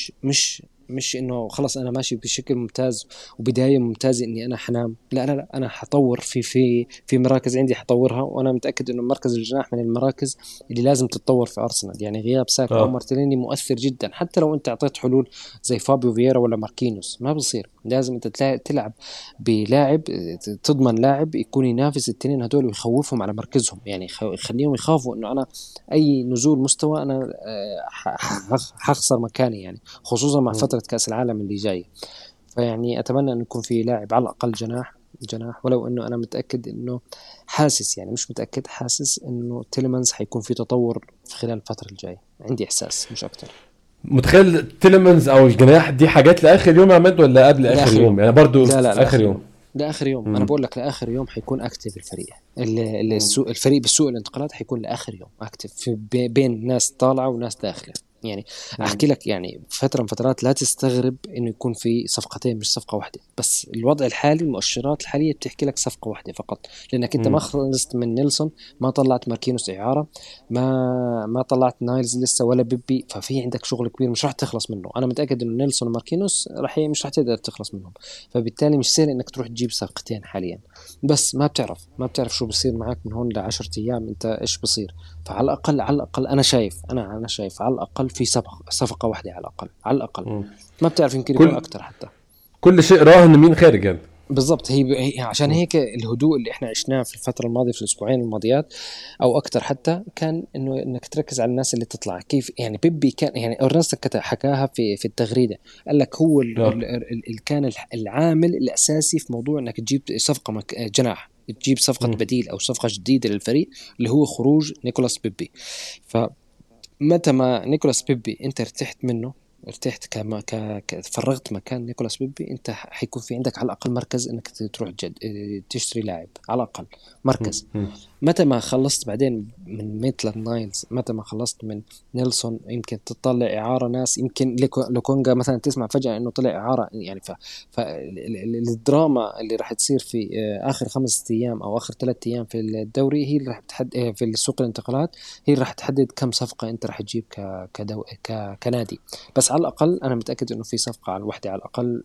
مش إنه خلص أنا ماشي بشكل ممتاز وبداية ممتازة إني أنا حنام. لا أنا حطور في مراكز عندي حطورها، وأنا متأكد إنه مركز الجناح من المراكز اللي لازم تتطور في أرسنال. يعني غياب ساكا أو اه. مارتينيلي مؤثر جدا، حتى لو أنت أعطيت حلول زي فابيو فييرا ولا ماركينوس ما بصير. لازم أنت تلعب بلاعب، تضمن لاعب يكون ينافس التنين هدول ويخوفهم على مركزهم، يعني يخليهم يخافوا إنه أنا أي نزول مستوى أنا حخسر مكاني، يعني خصوصا مع مم. فترة كأس العالم اللي جاي. فيعني أتمنى أن يكون في لاعب على الأقل جناح. ولو أنه أنا متأكد أنه حاسس، يعني مش متأكد، حاسس أنه تيليمانز حيكون في تطور في خلال الفترة الجاية. عندي إحساس مش أكتر. متخيل تيلمنز او الجناح دي حاجات لاخر يوم يا عماد ولا قبل اخر لآخر يوم؟ يوم. يعني برضو لا اخر لآخر يوم. يوم. لآخر يوم أنا مم. بقول لك لآخر يوم حيكون أكتف الفريق. مم. الفريق بالسوق الانتقالات حيكون لآخر يوم أكتف، في بين ناس طالعة وناس داخلة. يعني احكي لك يعني فتره من فترات لا تستغرب انه يكون في صفقتين مش صفقه واحده، بس الوضع الحالي المؤشرات الحاليه بتحكي لك صفقه واحده فقط، لانك انت ما خلصت من نيلسون، ما طلعت ماركينوس اعاره، ما طلعت نايلز لسه ولا بيبي، ففي عندك شغل كبير مش راح تخلص منه. انا متاكد انه نيلسون وماركينوس مش راح تقدر تخلص منهم، فبالتالي مش سهل انك تروح تجيب صفقتين حاليا. بس ما بتعرف شو بصير معك من هون ل10 ايام، انت ايش بصير. فعلى الاقل انا شايف على الاقل في صفقه واحده على الاقل ما بتعرف، يمكن يكون اكتر حتى. كل شيء راهن مين خارج يعني. بالضبط، هي عشان هيك الهدوء اللي احنا عشناه في الفتره الماضيه في الاسبوعين الماضيات او اكتر حتى، كان انك تركز على الناس اللي تطلع. كيف يعني بيبي كان يعني اورنست حكاها في التغريده، قال لك هو كان العامل الاساسي في موضوع انك تجيب صفقه جناح، تجيب صفقه بديل او صفقه جديده للفريق، اللي هو خروج نيكولاس بيبي. فمتى ما نيكولاس بيبي انت ارتحت منه، ارتحت فرغت مكان نيكولاس بيبي، انت حيكون في عندك على الاقل مركز انك تروح تشتري لاعب، على الاقل مركز. متى ما خلصت بعدين من ميتلاند نايلز، متى ما خلصت من نيلسون، يمكن تطلع اعاره ناس، يمكن لوكونجا مثلا تسمع فجاه انه طلع اعاره يعني. فالدراما اللي راح تصير في اخر 5 ايام او اخر 3 ايام في الدوري هي اللي راح تحدد في السوق الانتقالات، هي راح تحدد كم صفقه انت راح تجيب كنادي. بس على الأقل أنا متأكد إنه في صفقة على الوحدة على الأقل،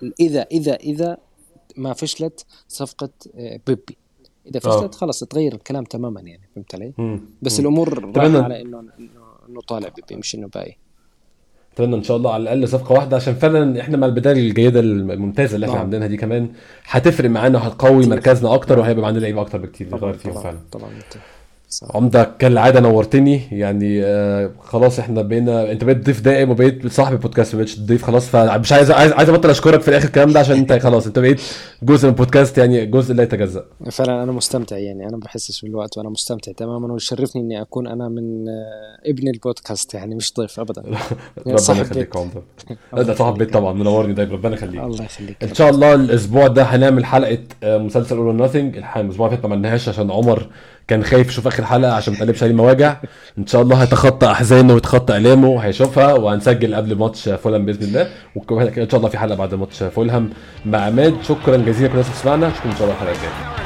إذا ما فشلت صفقة بيبي، إذا فشلت خلاص تغير الكلام تماما يعني، فهمت علي؟ بس الأمور راح على إنه طالع بيبي مش إنه باقي. اتمنى ان شاء الله على الاقل صفقه واحده، عشان فعلا احنا مع البدايه الجيده الممتازه اللي احنا عاملينها دي كمان هتفرق معانا وهتقوي مركزنا اكتر، وهيبقى معانا لعيبه اكتر بكتير نغير فيهم فعلا. طبعا عمده كالعاده نورتني يعني. خلاص احنا انت بقيت ضيف دائم وبقيت صاحب البودكاست، ما بقتش ضيف خلاص، فمش عايز ابطل اشكرك في الاخر الكلام ده، عشان انت خلاص انت بقيت جزء من البودكاست، يعني جزء لا يتجزأ. فعلا انا مستمتع يعني، انا ما بحسش بالوقت وانا مستمتع تماما، ويشرفني اني اكون انا من ابن البودكاست يعني، مش ضيف ابدا. ربنا يخليك يا عمده. ده صاحب بيت طبعا، منورني دايما، ربنا يخليك. الله يخليك. ان شاء الله الاسبوع ده هنعمل حلقه مسلسل اول ناثينج. الاسبوع اللي فات ما عملناهاش عشان عمر كان خايف يشوف اخر حلقه عشان ما تقلبش عليه مواجع. ان شاء الله هيتخطى احزانه ويتخطى الامه وهيشوفها، وهنسجل قبل ماتش فولهام باذن الله، وكمان ان شاء الله في حلقه بعد ماتش فولهام مع عماد. شكرا جزيلا لكل الناس اللي سمعنا، اشوفكم ان شاء الله الحلقه الجايه.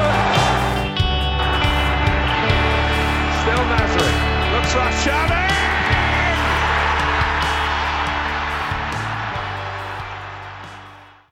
Xavi!